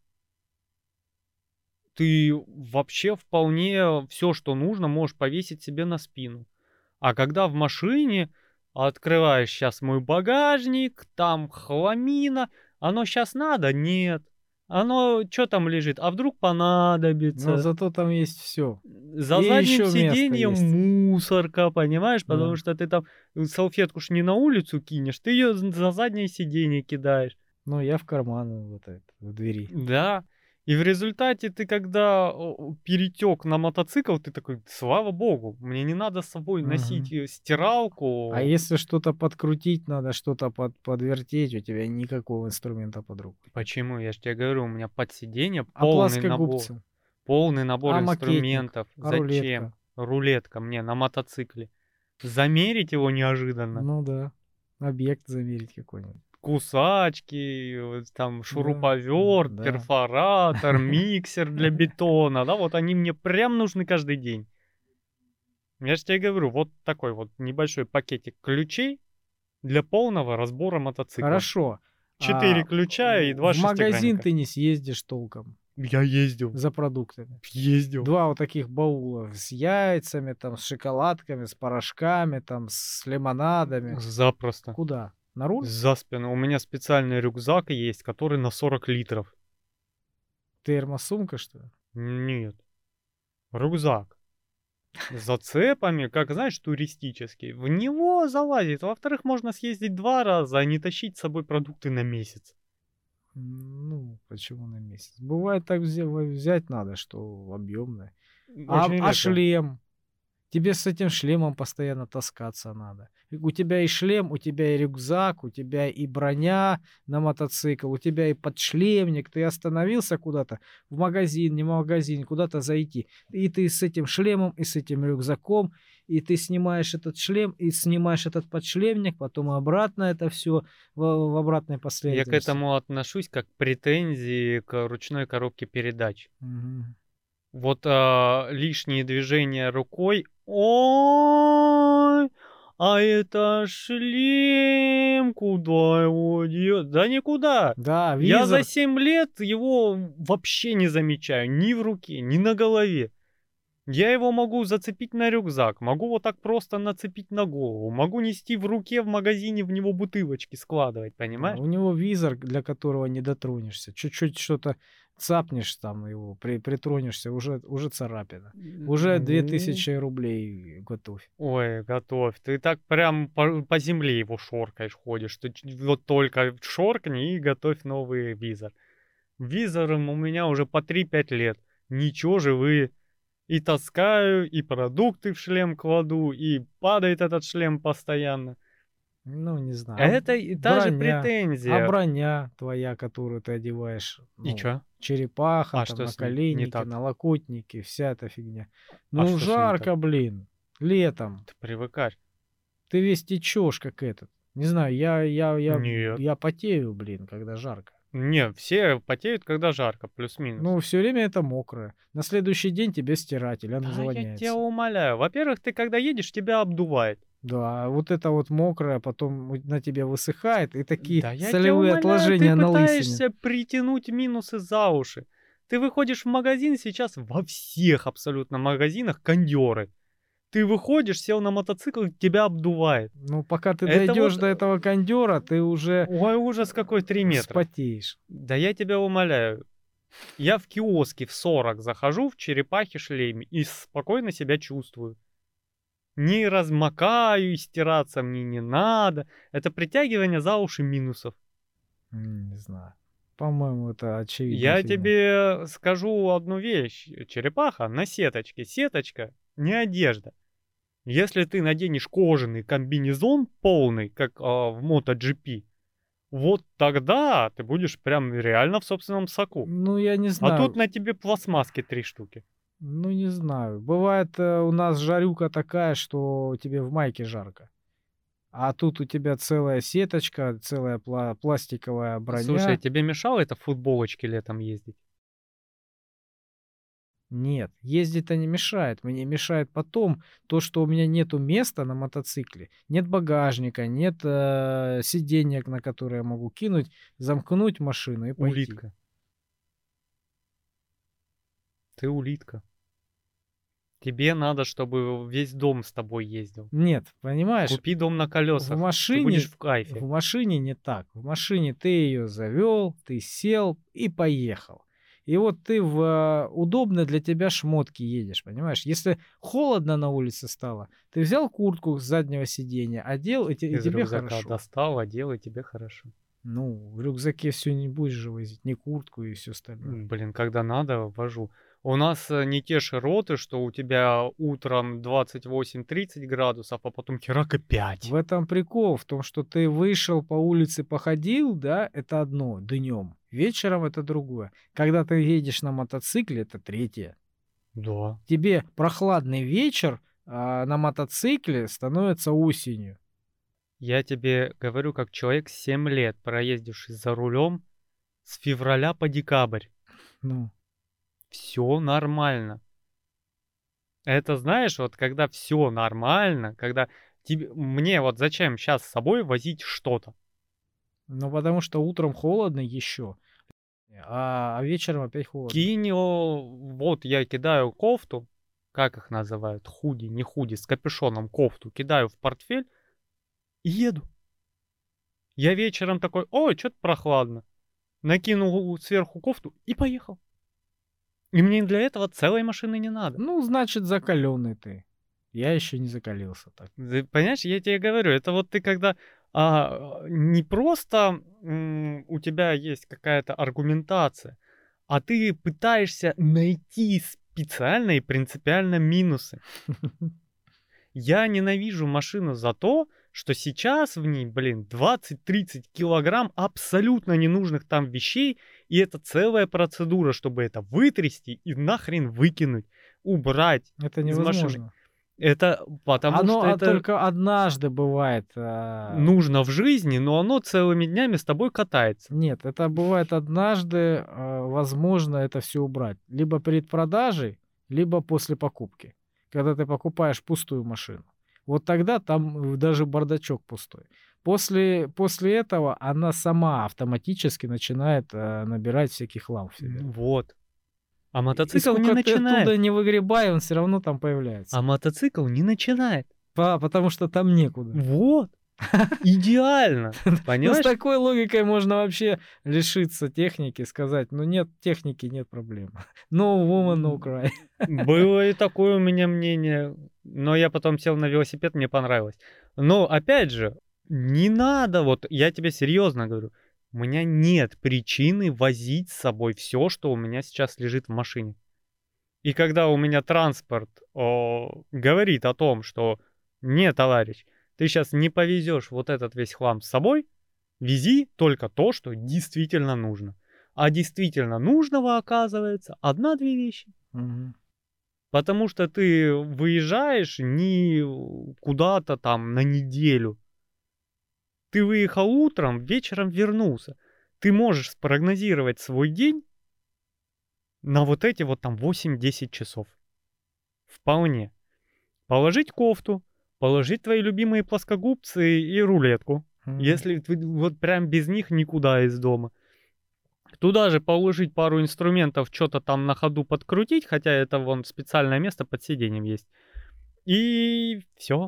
Ты вообще вполне все, что нужно, можешь повесить себе на спину. А когда в машине открываешь сейчас мой багажник, там хламина, оно сейчас надо? Нет. Оно что там лежит? А вдруг Но понадобится? зато там есть все. За И задним еще место сиденьем есть. мусорка, понимаешь? Потому Да. что ты там э, салфетку ж не на улицу кинешь, ты ее за заднее сиденье кидаешь. Ну, я в карман вот это, в двери. Да. И в результате ты, когда перетек на мотоцикл, ты такой, слава богу, мне не надо с собой носить Мгм. э, А стиралку. если что-то подкрутить надо, что-то под, подвертеть, у тебя никакого инструмента под рукой. Почему? Я же тебе говорю, у меня под сиденье А полный набор. плоскогубцы? Полный набор А макетник? инструментов. А Зачем? рулетка? Рулетка мне на мотоцикле. Замерить его неожиданно. Ну да. Объект замерить какой-нибудь. Кусачки, вот там Да, шуруповерт, да. перфоратор, миксер для бетона, да, вот они мне прям нужны каждый день. Я же тебе говорю, вот такой вот небольшой пакетик ключей для полного разбора мотоцикла. Хорошо. Четыре А ключа и два в магазин шестигранника. ты не съездишь толком Я ездил, за продуктами. ездил. Два вот таких баула с яйцами, там, с шоколадками, с порошками, там, с лимонадами. Запросто. Куда? На руль? За спину. У меня специальный рюкзак есть, который на сорок литров. Термосумка, что ли? Нет. Рюкзак. С зацепами, как, знаешь, туристический. В него залазит. Во-вторых, можно съездить два раза, а не тащить с собой продукты на месяц. Ну, почему на месяц? Бывает так взя- взять надо, что объемное. А, Очень а редко. шлем? Тебе с этим шлемом постоянно таскаться надо. И у тебя и шлем, у тебя и рюкзак, у тебя и броня на мотоцикл, у тебя и подшлемник. Ты остановился куда-то, в магазин, не в магазин, куда-то зайти. И ты с этим шлемом, и с этим рюкзаком, и ты снимаешь этот шлем, и снимаешь этот подшлемник, потом обратно это все в, в обратной Я к последовательности. этому отношусь как к претензии к ручной коробке передач. Мгм. Вот а, лишние движения рукой. Ой, а это шлем, куда его делать? Да никуда. Да, Я за визор. семь лет его вообще не замечаю ни в руке, ни на голове. Я его могу зацепить на рюкзак, могу вот так просто нацепить на голову, могу нести в руке в магазине, в него бутылочки складывать, Да, понимаешь? у него визор, для которого не дотронешься. Чуть-чуть что-то цапнешь там его, при, притронешься, уже, уже царапина. Уже две Ну, тысячи рублей готовь. ой, готовь. Ты так прям по, по земле его шоркаешь, ходишь, что ч- вот только шоркни и готовь новый визор. Визором у меня уже по три-пять лет. Ничего же вы. И таскаю, и продукты в шлем кладу, и падает этот шлем постоянно. Ну, не знаю. А Это и та же броня, а претензия. броня твоя, которую ты одеваешь, И ну, чё? черепаха, А там, что с ней не наколенники, так? налокотники, вся эта фигня. А Ну, что с ней не так? жарко, блин, летом. Ты привыкаешь. Ты весь течешь, как этот. Не знаю, я, я, я, Нет. я потею, блин, когда жарко. Не, все потеют, когда жарко, плюс-минус. Ну, все время это мокрое. На следующий день тебе стиратель, оно Да я тебя завоняется. умоляю. Во-первых, ты когда едешь, тебя обдувает. Да, а вот это вот мокрое потом у- на тебе высыхает, и такие Да я тебя солевые умоляю, ты отложения на лысине. пытаешься притянуть минусы за уши. Ты выходишь в магазин сейчас, во всех абсолютно магазинах кондёры. Ты выходишь, сел на мотоцикл, тебя обдувает. Ну, пока ты Это дойдешь вот- до этого кондера, ты уже Ой, ужас какой, три метра. вспотеешь. Да я тебя умоляю. Я в киоске в сорок захожу в черепахе шлеме и спокойно себя чувствую. Не размокаю, и стираться мне не надо. Это притягивание за уши минусов. М, Не знаю. По-моему, это очевидно. Я тебе скажу одну вещь. Черепаха на сеточке. Сеточка не одежда. Если ты наденешь кожаный комбинезон полный, как а, в MotoGP, вот тогда ты будешь прям реально в собственном соку. Ну, я не знаю. А тут на тебе пластмасски три штуки. Ну, не знаю. Бывает э, у нас жарюка такая, что тебе в майке жарко. А тут у тебя целая сеточка, целая пла- пластиковая броня. Слушай, тебе мешало это в футболочке летом ездить? Нет, ездить-то не мешает. Мне мешает потом то, что у меня нету места на мотоцикле, нет багажника, нет э, сиденья, на которое я могу кинуть, замкнуть машину и пойти. Улитка. Ты улитка. Тебе надо, чтобы весь дом с тобой ездил. Нет, понимаешь, Купи дом на в колесах, ты будешь машине, в кайфе. в машине не так. В машине ты ее завел, ты сел и поехал. И вот ты в э, удобно для тебя шмотки едешь, понимаешь? Если холодно на улице стало, ты взял куртку с заднего сиденья, одел, и, те- и Из тебе рюкзака хорошо. достал, одел, и тебе хорошо. Ну, в рюкзаке все не будешь же возить, не куртку и все остальное. М, Блин, когда надо, вожу. У нас э, не те широты, что у тебя утром двадцать восемь тридцать градусов, а потом херак и пять. В этом прикол, в том, что ты вышел по улице, походил, да, это одно, днем. Вечером это другое. Когда ты едешь на мотоцикле, это третье. Да. Тебе прохладный вечер а, на мотоцикле становится осенью. Я тебе говорю, как человек семь лет, проездивший за рулем с февраля по декабрь. Ну, Все нормально. Это знаешь, вот когда все нормально, когда тебе, мне вот зачем сейчас с собой возить что-то? ну потому что утром холодно еще, а, а вечером опять холодно. Кинь, о, вот я кидаю кофту, как их называют, худи, не худи, с капюшоном кофту, кидаю в портфель и еду. Я вечером такой, ой, что-то прохладно. Накинул сверху кофту и поехал. И мне для этого целой машины не надо. Ну, значит, закаленный ты. Я еще не закалился так. Ты понимаешь, я тебе говорю, это вот ты когда а, не просто м, у тебя есть какая-то аргументация, а ты пытаешься найти специально и принципиально минусы. Я ненавижу машину за то, что сейчас в ней, блин, двадцать-тридцать килограмм абсолютно ненужных там вещей, и это целая процедура, чтобы это вытрясти и нахрен выкинуть, убрать Это из машины. невозможно. Это потому Оно что а, это только однажды бывает. а, нужно в жизни, но оно целыми днями с тобой катается. Нет, это бывает однажды, а, возможно это все убрать. Либо перед продажей, либо после покупки. Когда ты покупаешь пустую машину. Вот тогда там даже бардачок пустой. После, после этого она сама автоматически начинает а, набирать всякий хлам в себе. Вот. А И мотоцикл не сколько ты начинает. оттуда не выгребай, он все равно там появляется. А мотоцикл не начинает. По- потому что там некуда. Вот. Идеально. Ну, с Понимаешь? такой логикой можно вообще лишиться техники, сказать, ну нет техники, нет проблем. No woman, no cry. Было и такое у меня мнение, но я потом сел на велосипед, мне понравилось. Но опять же, не надо, вот я тебе серьезно говорю, у меня нет причины возить с собой все, что у меня сейчас лежит в машине. И когда у меня транспорт о, говорит о том, что не, товарищ, ты сейчас не повезешь вот этот весь хлам с собой, вези только то, что действительно нужно. А действительно нужного, оказывается, одна-две вещи. Мгм. Потому что ты выезжаешь не куда-то там на неделю. Ты выехал утром, вечером вернулся. Ты можешь спрогнозировать свой день на вот эти вот там восемь-десять часов. Вполне. Положить кофту, положить твои любимые плоскогубцы и рулетку. Мгм. Если ты вот прям без них никуда из дома. Туда же положить пару инструментов, что-то там на ходу подкрутить, хотя это вон специальное место под сиденьем есть. И все.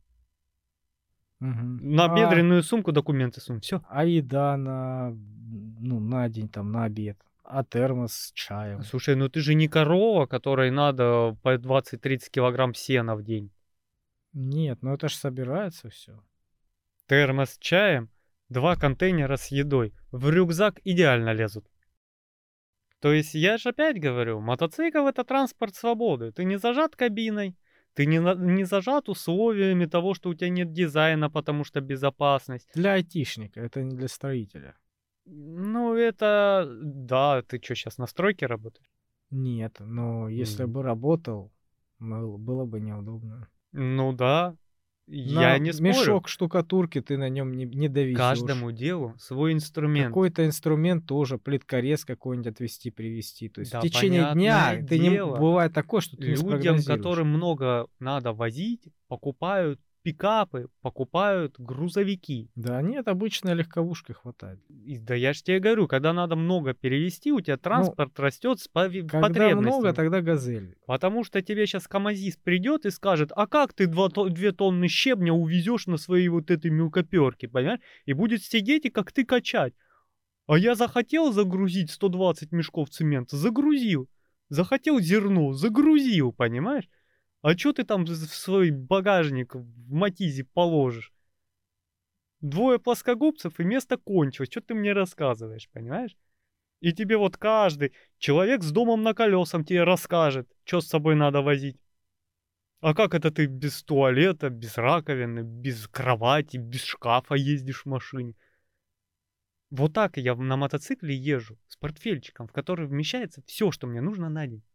Мгм. На А- бедренную сумку документы сунь. Все. А еда на, ну, на день, там, на обед. А термос с чаем. Слушай, ну ты же не корова, которой надо по двадцать-тридцать килограмм сена в день. Нет, ну это ж собирается все. Термос с чаем, два контейнера с едой. В рюкзак идеально лезут. То есть я же опять говорю, мотоцикл это транспорт свободы. Ты не зажат кабиной, ты не, на- не зажат условиями того, что у тебя нет дизайна, потому что безопасность. Для айтишника, это не для строителя. Ну это, да, ты что, сейчас на стройке работаешь? Нет, но если М. бы работал, было, было бы неудобно. Ну да, я На не спорю. мешок штукатурки ты на нем не, не довезешь. Каждому делу свой инструмент. Какой-то инструмент тоже, плиткорез какой-нибудь отвезти, привезти. То есть Да, в течение дня понятное ты не дело. бывает такое, что ты не Людям, спрогнозируешь. которым много надо возить, покупают пикапы покупают грузовики. Да нет, обычной легковушки хватает. И да я ж тебе говорю, когда надо много перевезти, у тебя Ну, транспорт растет с пови- когда много, потребностями. тогда газель. Потому что тебе сейчас камазист придет и скажет, а как ты два, то- две тонны щебня увезешь на своей вот этой мелкоперке, понимаешь? И будет сидеть и как ты качать. А я захотел загрузить сто двадцать мешков цемента, загрузил. Захотел зерно, загрузил, понимаешь? А что ты там в свой багажник в Матизе положишь? Двое плоскогубцев и место кончилось. Что ты мне рассказываешь, понимаешь? И тебе вот каждый человек с домом на колесах тебе расскажет, что с собой надо возить. А как это ты без туалета, без раковины, без кровати, без шкафа ездишь в машине? Вот так я на мотоцикле езжу с портфельчиком, в который вмещается все, что мне нужно на день.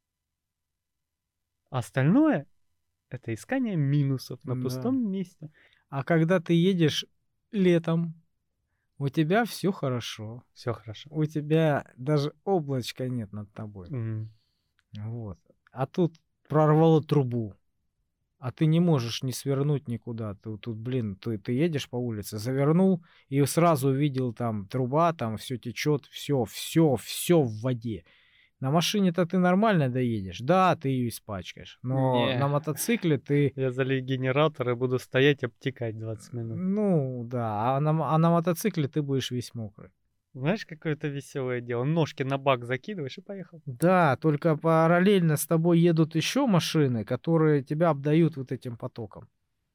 Остальное это искание минусов на Да. пустом месте. А когда ты едешь летом, у тебя все хорошо. Все хорошо. У тебя даже облачка нет над тобой. М. Вот. А тут прорвало трубу. А ты не можешь не свернуть никуда. Ты тут, блин, ты, ты едешь по улице, завернул и сразу увидел там труба, там все течет, все, все, все в воде. На машине-то ты нормально доедешь. Да, ты ее испачкаешь. Но Не. на мотоцикле ты, Я залью генератор и буду стоять обтекать двадцать минут. ну да, а на, м- а на мотоцикле ты будешь весь мокрый. Знаешь, какое-то веселое дело. Ножки на бак закидываешь и поехал. Да, только параллельно с тобой едут еще машины, которые тебя обдают вот этим потоком.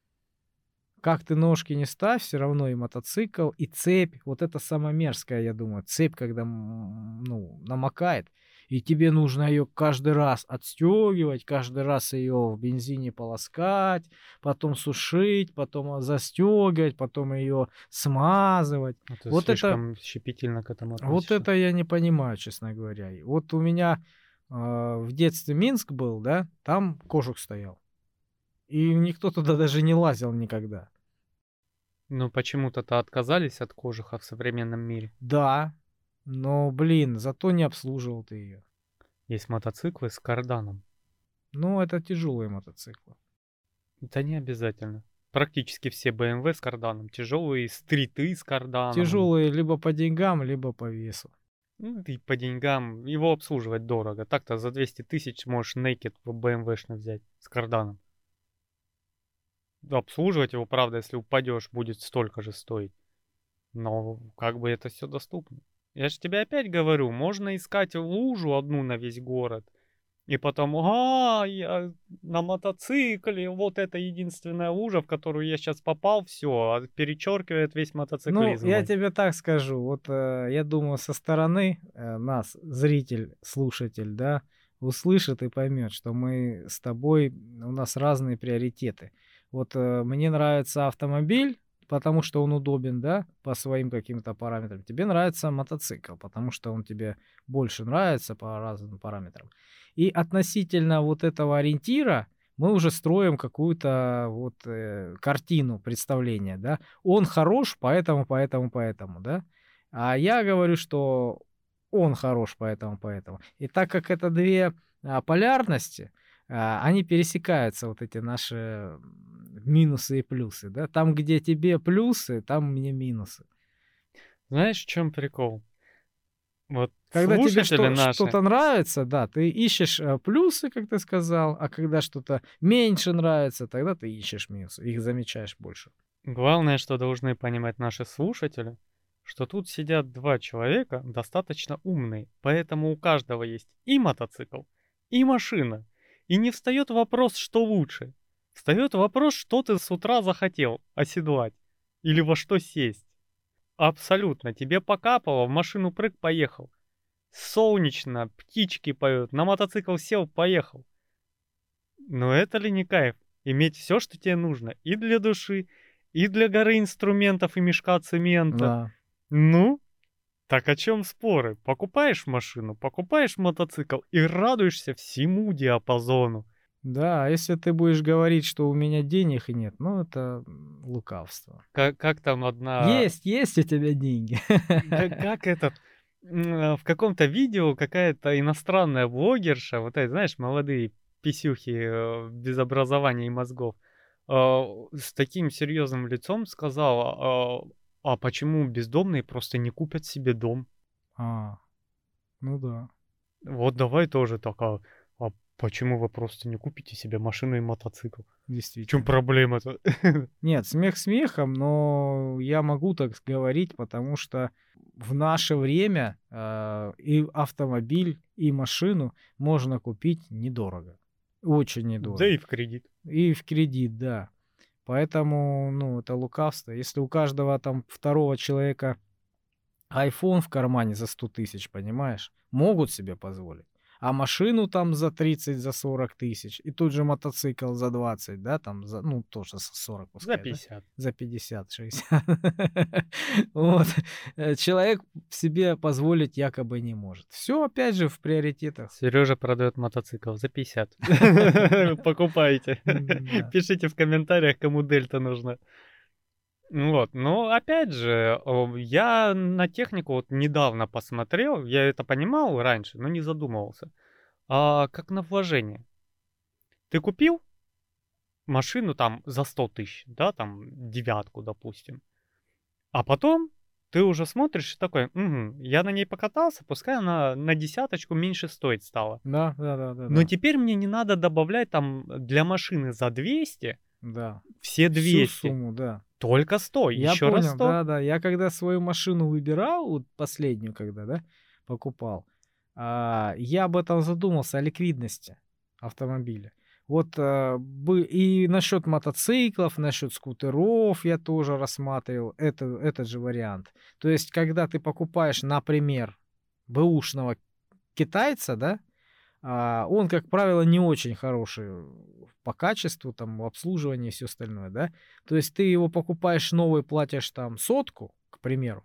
Как ты ножки не ставь, все равно и мотоцикл, и цепь. Вот это самое мерзкое, я думаю. Цепь, когда м, ну, намокает, и тебе нужно ее каждый раз отстегивать, каждый раз ее в бензине полоскать, потом сушить, потом застегивать, потом ее смазывать. А ты Вот это, слишком щепетильно к этому вот относишься. это я не понимаю, честно говоря. И вот у меня э, в детстве Минск был, да, там кожух стоял. И никто туда даже не лазил никогда. Ну, почему-то-то отказались от кожуха в современном мире. Да, но, блин, зато не обслуживал ты ее. Есть мотоциклы с карданом. Ну, это тяжелые мотоциклы. Это не обязательно. Практически все бэ эм вэ с карданом. Тяжелые стриты с карданом. Тяжелые либо по деньгам, либо по весу. Ну, и по деньгам. Его обслуживать дорого. Так-то за двести тысяч можешь Naked бэ эм вэ-шный взять с карданом. Обслуживать его, правда, если упадешь, будет столько же стоить. Но как бы это все доступно. Я же тебе опять говорю, можно искать лужу одну на весь город. И потом, а, я на мотоцикле, вот это единственная лужа, в которую я сейчас попал, все, перечеркивает весь Ну, мотоциклизм я мой. тебе так скажу. Вот э, я думаю, со стороны э, нас, зритель, слушатель, да, услышит и поймет, что мы с тобой, у нас разные приоритеты. Вот э, мне нравится автомобиль, потому что он удобен, да, по своим каким-то параметрам. Тебе нравится мотоцикл, потому что он тебе больше нравится по разным параметрам. И относительно вот этого ориентира мы уже строим какую-то вот э, картину, представление, да. Он хорош, поэтому, поэтому, поэтому, да. А я говорю, что он хорош, поэтому, поэтому. И так как это две а, полярности, а, они пересекаются, вот эти наши м, минусы и плюсы, да. Там, где тебе плюсы, там мне минусы. Знаешь, в чем прикол? Вот Когда тебе слушатели что, наши, что-то нравится, да, ты ищешь э, плюсы, как ты сказал, а когда что-то меньше нравится, тогда ты ищешь минусы, их замечаешь больше. главное, что должны понимать наши слушатели, что тут сидят два человека достаточно умные, поэтому у каждого есть и мотоцикл, и машина. И не встает вопрос, что лучше. Встает вопрос, что ты с утра захотел оседлать или во что сесть. Абсолютно. Тебе покапало, в машину прыг, поехал. Солнечно, птички поют, на мотоцикл сел, поехал. Но это ли не кайф? Иметь все, что тебе нужно. И для души, и для горы инструментов и мешка цемента. Да. Ну, так о чем споры? Покупаешь машину, покупаешь мотоцикл и радуешься всему диапазону. Да, а если ты будешь говорить, что у меня денег нет, ну это м, лукавство. Как, как там одна... Есть, есть у тебя деньги. Как, как этот... м, э, В каком-то видео какая-то иностранная блогерша, вот эти, знаешь, молодые писюхи э, без образования и мозгов, а, с таким серьезным лицом сказала, а, а почему бездомные просто не купят себе дом? А, ну да, Вот давай тоже так, а, а почему вы просто не купите себе машину и мотоцикл? В чем действительно. проблема-то? Нет, смех смехом, но я могу так говорить, потому что в наше время а, и автомобиль, и машину можно купить недорого. Очень Да недорого. и в кредит. И в кредит, да. Поэтому, ну, это лукавство. Если у каждого там второго человека iPhone в кармане за сто тысяч, понимаешь, могут себе позволить. А машину там за тридцать, за сорок тысяч, и тут же мотоцикл за двадцать, да, там, за, ну, тоже за сорок За пускай, да, пятьдесят. за пятьдесят шестьдесят. Вот. Э, Человек себе позволить якобы не может. Все, опять же, в приоритетах. Сережа продает мотоцикл за пятьдесят. Покупайте. М-да. Пишите в комментариях, кому дельта нужна. Ну вот, но опять же, о, я на технику вот недавно посмотрел, я это понимал раньше, но не задумывался. А как на вложение. Ты купил машину там за сто тысяч, да, там девятку, допустим. А потом ты уже смотришь и такой: "Мгм, я на ней покатался, пускай она на десяточку меньше стоить стала. Да, да, да, да, Но да. теперь мне не надо добавлять там для машины за двести Да. все Всю двести, сумму, да. только сто, Я еще раз понял, сто". да-да. Я когда свою машину выбирал, вот последнюю когда, да, покупал, а, я об этом задумался, о ликвидности автомобиля. Вот, а, бы и насчет мотоциклов, насчет скутеров я тоже рассматривал это, этот же вариант. То есть, когда ты покупаешь, например, бэушного китайца, да, а, он, как правило, не очень хороший по качеству, там, обслуживания и все остальное, да. То есть ты его покупаешь новый, платишь там сотку, к примеру,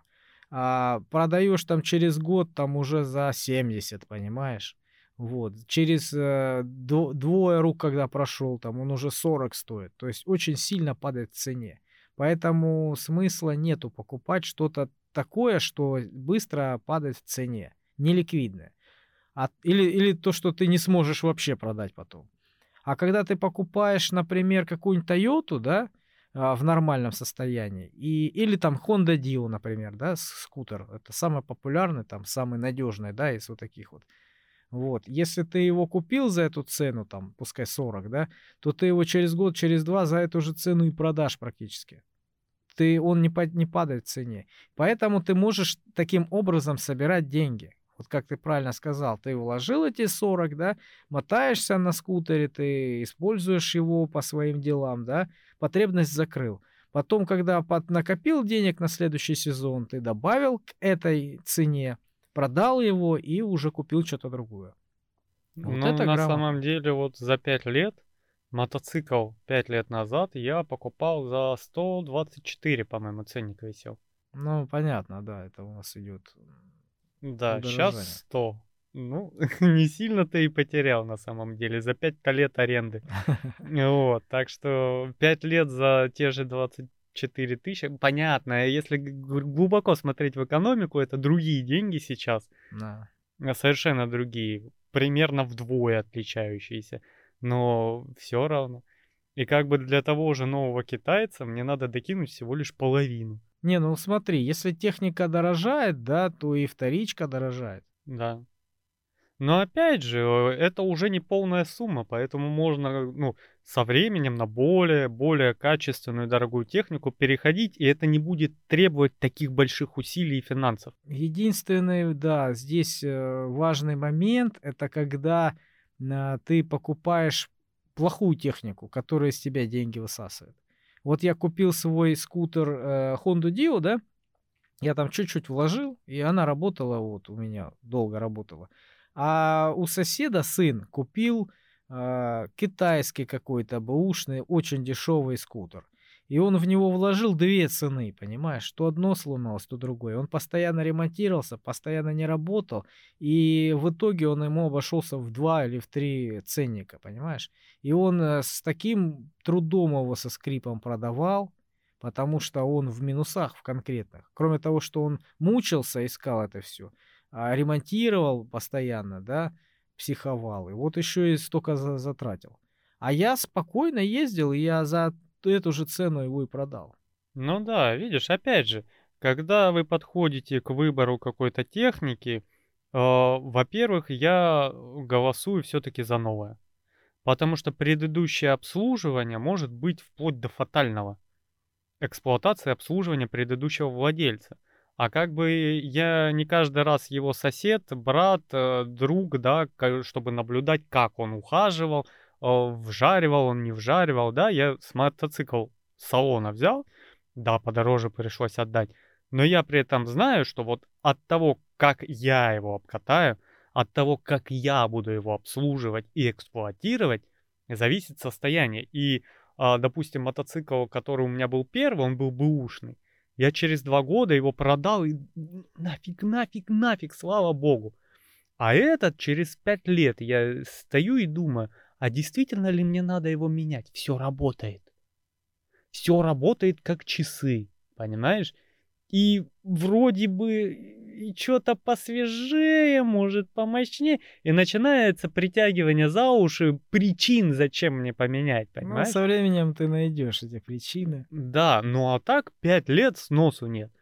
а продаешь там через год там уже за семьдесят, понимаешь? Вот. Через э, дво- двое рук, когда прошел, там он уже сорок стоит. То есть очень сильно падает в цене. Поэтому смысла нету покупать что-то такое, что быстро падает в цене, неликвидное. А, или, или то, что ты не сможешь вообще продать потом. А когда ты покупаешь, например, какую-нибудь Тойоту, да, а, в нормальном состоянии, и, или там Honda Dio, например, да, с- скутер, это самый популярный, там, самый надежный, да, из вот таких вот. Вот, если ты его купил за эту цену, там, пускай сорок, да, то ты его через год, через два за эту же цену и продашь практически. Ты, он не, па- не падает в цене. Поэтому ты можешь таким образом собирать деньги. Вот как ты правильно сказал, ты вложил эти сорок, да, мотаешься на скутере, ты используешь его по своим делам, да, потребность закрыл. Потом, когда под- накопил денег на следующий сезон, ты добавил к этой цене, продал его и уже купил что-то другое. Вот Ну, это на грамотно. самом деле, вот за пять лет, мотоцикл пять лет назад я покупал за сто двадцать четыре, по-моему, ценник висел. Ну, понятно, да, это у нас идет Да, сейчас удорожание. сто. Ну, не сильно ты и потерял на самом деле за пять лет аренды. Вот, так что пять лет за те же двадцать четыре тысячи. Понятно, если г- г- глубоко смотреть в экономику, это другие деньги сейчас, Да. а, совершенно другие, примерно вдвое отличающиеся, но все равно. И как бы для того же нового китайца мне надо докинуть всего лишь половину. Не, ну смотри, если техника дорожает, да, то и вторичка дорожает. Да. Но опять же, э, это уже не полная сумма, поэтому можно, э, ну, со временем на более, более качественную дорогую технику переходить, и это не будет требовать таких больших усилий и финансов. Единственный, да, здесь э, важный момент, это когда а, ты покупаешь плохую технику, которая из тебя деньги высасывает. Вот я купил свой скутер э, Honda Dio, да, я там чуть-чуть вложил, и она работала, вот у меня долго работала. А у соседа сын купил а, китайский какой-то бэушный, очень дешевый скутер. И он в него вложил две цены, понимаешь? То одно сломалось, то другое. Он постоянно ремонтировался, постоянно не работал. И в итоге он ему обошелся в два или в три ценника, понимаешь? И он э, с таким трудом его со скрипом продавал, потому что он в минусах в конкретных. Кроме того, что он мучился, искал это все, ремонтировал постоянно, да, психовал. И вот еще и столько за- затратил. А я спокойно ездил, и я за эту же цену его и продал. Ну да, видишь, опять же, когда вы подходите к выбору какой-то техники, а, во-первых, я голосую все-таки за новое. Потому что предыдущее обслуживание может быть вплоть до фатального. Эксплуатации обслуживания предыдущего владельца. А как бы я не каждый раз его сосед, брат, э, друг, да, ка- чтобы наблюдать, как он ухаживал, э, вжаривал он, не вжаривал, да, я с мотоцикл с салона взял, да, подороже пришлось отдать, но я при этом знаю, что вот от того, как я его обкатаю, от того, как я буду его обслуживать и эксплуатировать, зависит состояние. И, а, допустим, мотоцикл, который у меня был первый, он был бэушный. Я через два года его продал и н- нафиг, нафиг, нафиг, слава богу. А этот через пять лет я стою и думаю, а действительно ли мне надо его менять? Все работает. Все работает как часы, понимаешь? И вроде бы и что-то посвежее, может помощнее. И начинается притягивание за уши причин, зачем мне поменять, Ну, понимаешь? со временем ты найдешь эти причины. Да, ну а так пять лет сносу нет.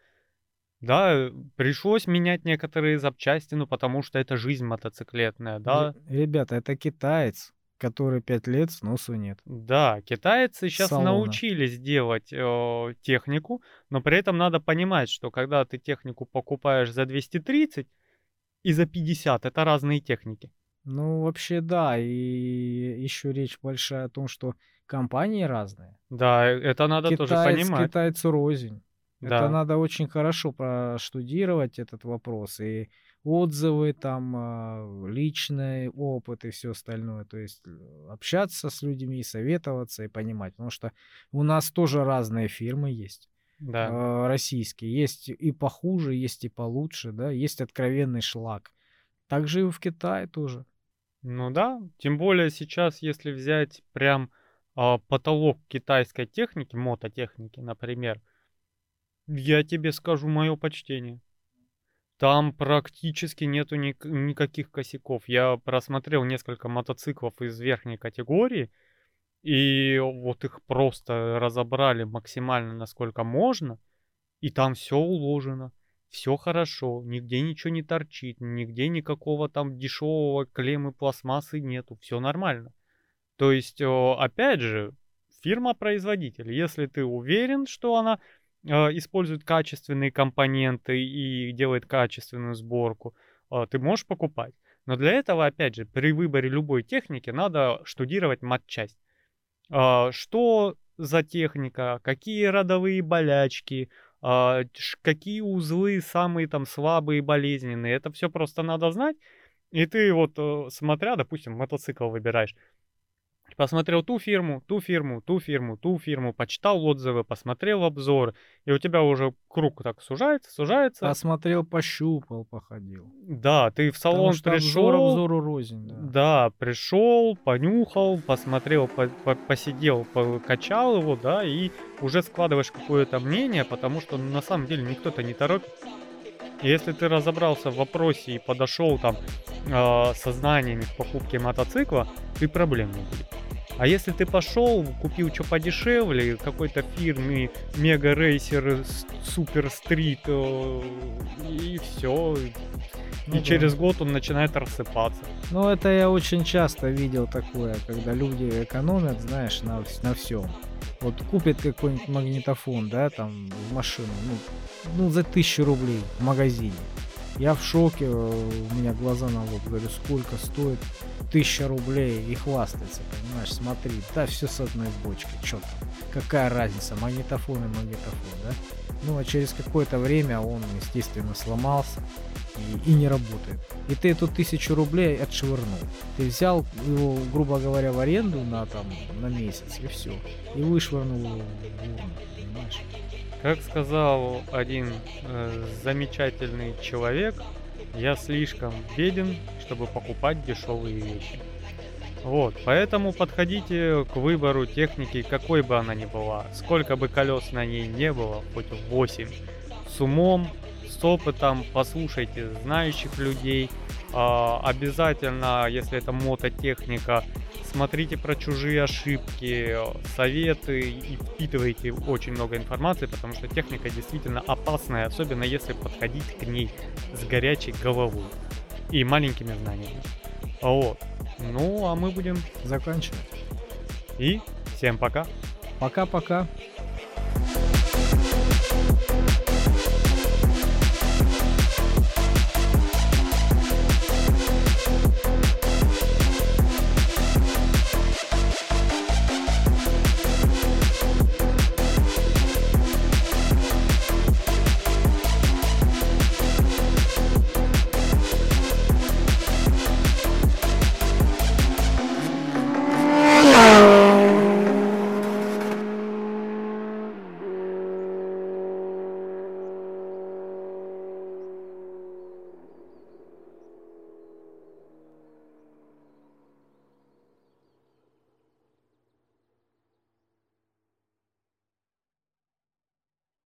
Да, пришлось менять некоторые запчасти, ну потому что это жизнь мотоциклетная, да. Ре- Ребята, это китаец, который пять лет сносу нет. Да, китайцы С сейчас салона. научились делать э, технику, но при этом надо понимать, что когда ты технику покупаешь за двести тридцать и за пятьдесят, это разные техники. Ну, вообще, да. И еще речь большая о том, что компании разные. Да, э, это надо тоже Китаец понимать. китайцу рознь. Это Да, надо очень хорошо проштудировать этот вопрос. И отзывы, там, а, личный опыт и все остальное. То есть э, общаться с людьми, советоваться и понимать. Потому что у нас тоже разные фирмы есть. да. а, Российские. Есть и похуже, есть и получше, да. Есть откровенный шлак. Также и в Китае тоже. Ну да, тем более сейчас, если взять прям а, потолок китайской техники, мототехники, например, я тебе скажу мое почтение. Там практически нету ник- никаких косяков. Я просмотрел несколько мотоциклов из верхней категории, и вот их просто разобрали максимально, насколько можно, и там все уложено, все хорошо, нигде ничего не торчит, нигде никакого там дешевого клеммы пластмассы нету, все нормально. То есть, о, опять же, фирма-производитель. Если ты уверен, что она э, использует качественные компоненты и делает качественную сборку, э, ты можешь покупать. Но для этого, опять же, при выборе любой техники надо штудировать матчасть. А, Что за техника, какие родовые болячки, а, ш- какие узлы самые там слабые и болезненные. Это все просто надо знать. И ты вот, э, смотря, допустим, мотоцикл выбираешь, посмотрел ту фирму, ту фирму, ту фирму, ту фирму, почитал отзывы, посмотрел обзор, и у тебя уже круг так сужается, сужается. Посмотрел, пощупал, походил. Да, ты в Потому салон что обзор пришел, обзору рознь, да. да, пришел, понюхал, посмотрел, по- по- посидел, покачал его, да, и уже складываешь какое-то мнение, потому что на самом деле никто-то не торопит. И если ты разобрался в вопросе и подошел там э, со знаниями в покупке мотоцикла, ты проблем не будет. А если ты пошел, купил что подешевле, какой-то фирмы Мега Рейсер Супер Стрит, э, и все. Ну И да. через год он начинает рассыпаться. Ну, это я очень часто видел такое, когда люди экономят, знаешь, на, вс- на всем. Вот купит какой-нибудь магнитофон, да, там, в машину, ну, ну, за тысячу рублей в магазине. Я в шоке, э, у меня глаза на лоб, говорю, сколько стоит? Тысяча рублей и хвастается, понимаешь, смотри, да, все с одной бочки, чё там, какая разница, магнитофон и магнитофон, да? Ну, а через какое-то время он, естественно, сломался и, и не работает. И ты эту тысячу рублей отшвырнул. Ты взял его, грубо говоря, в аренду на, там, на месяц, и все. И вышвырнул его в урну, понимаешь? Как сказал один э, замечательный человек, я слишком беден, чтобы покупать дешевые вещи. Вот, поэтому подходите к выбору техники, какой бы она ни была, сколько бы колес на ней не было, хоть восемь, с умом, с опытом, послушайте знающих людей, А, обязательно, если это мототехника, смотрите про чужие ошибки, советы и впитывайте очень много информации, потому что техника действительно опасная, особенно если подходить к ней с горячей головой и маленькими знаниями. Вот. Ну, а мы будем Заканчивать. и всем пока. Пока-пока.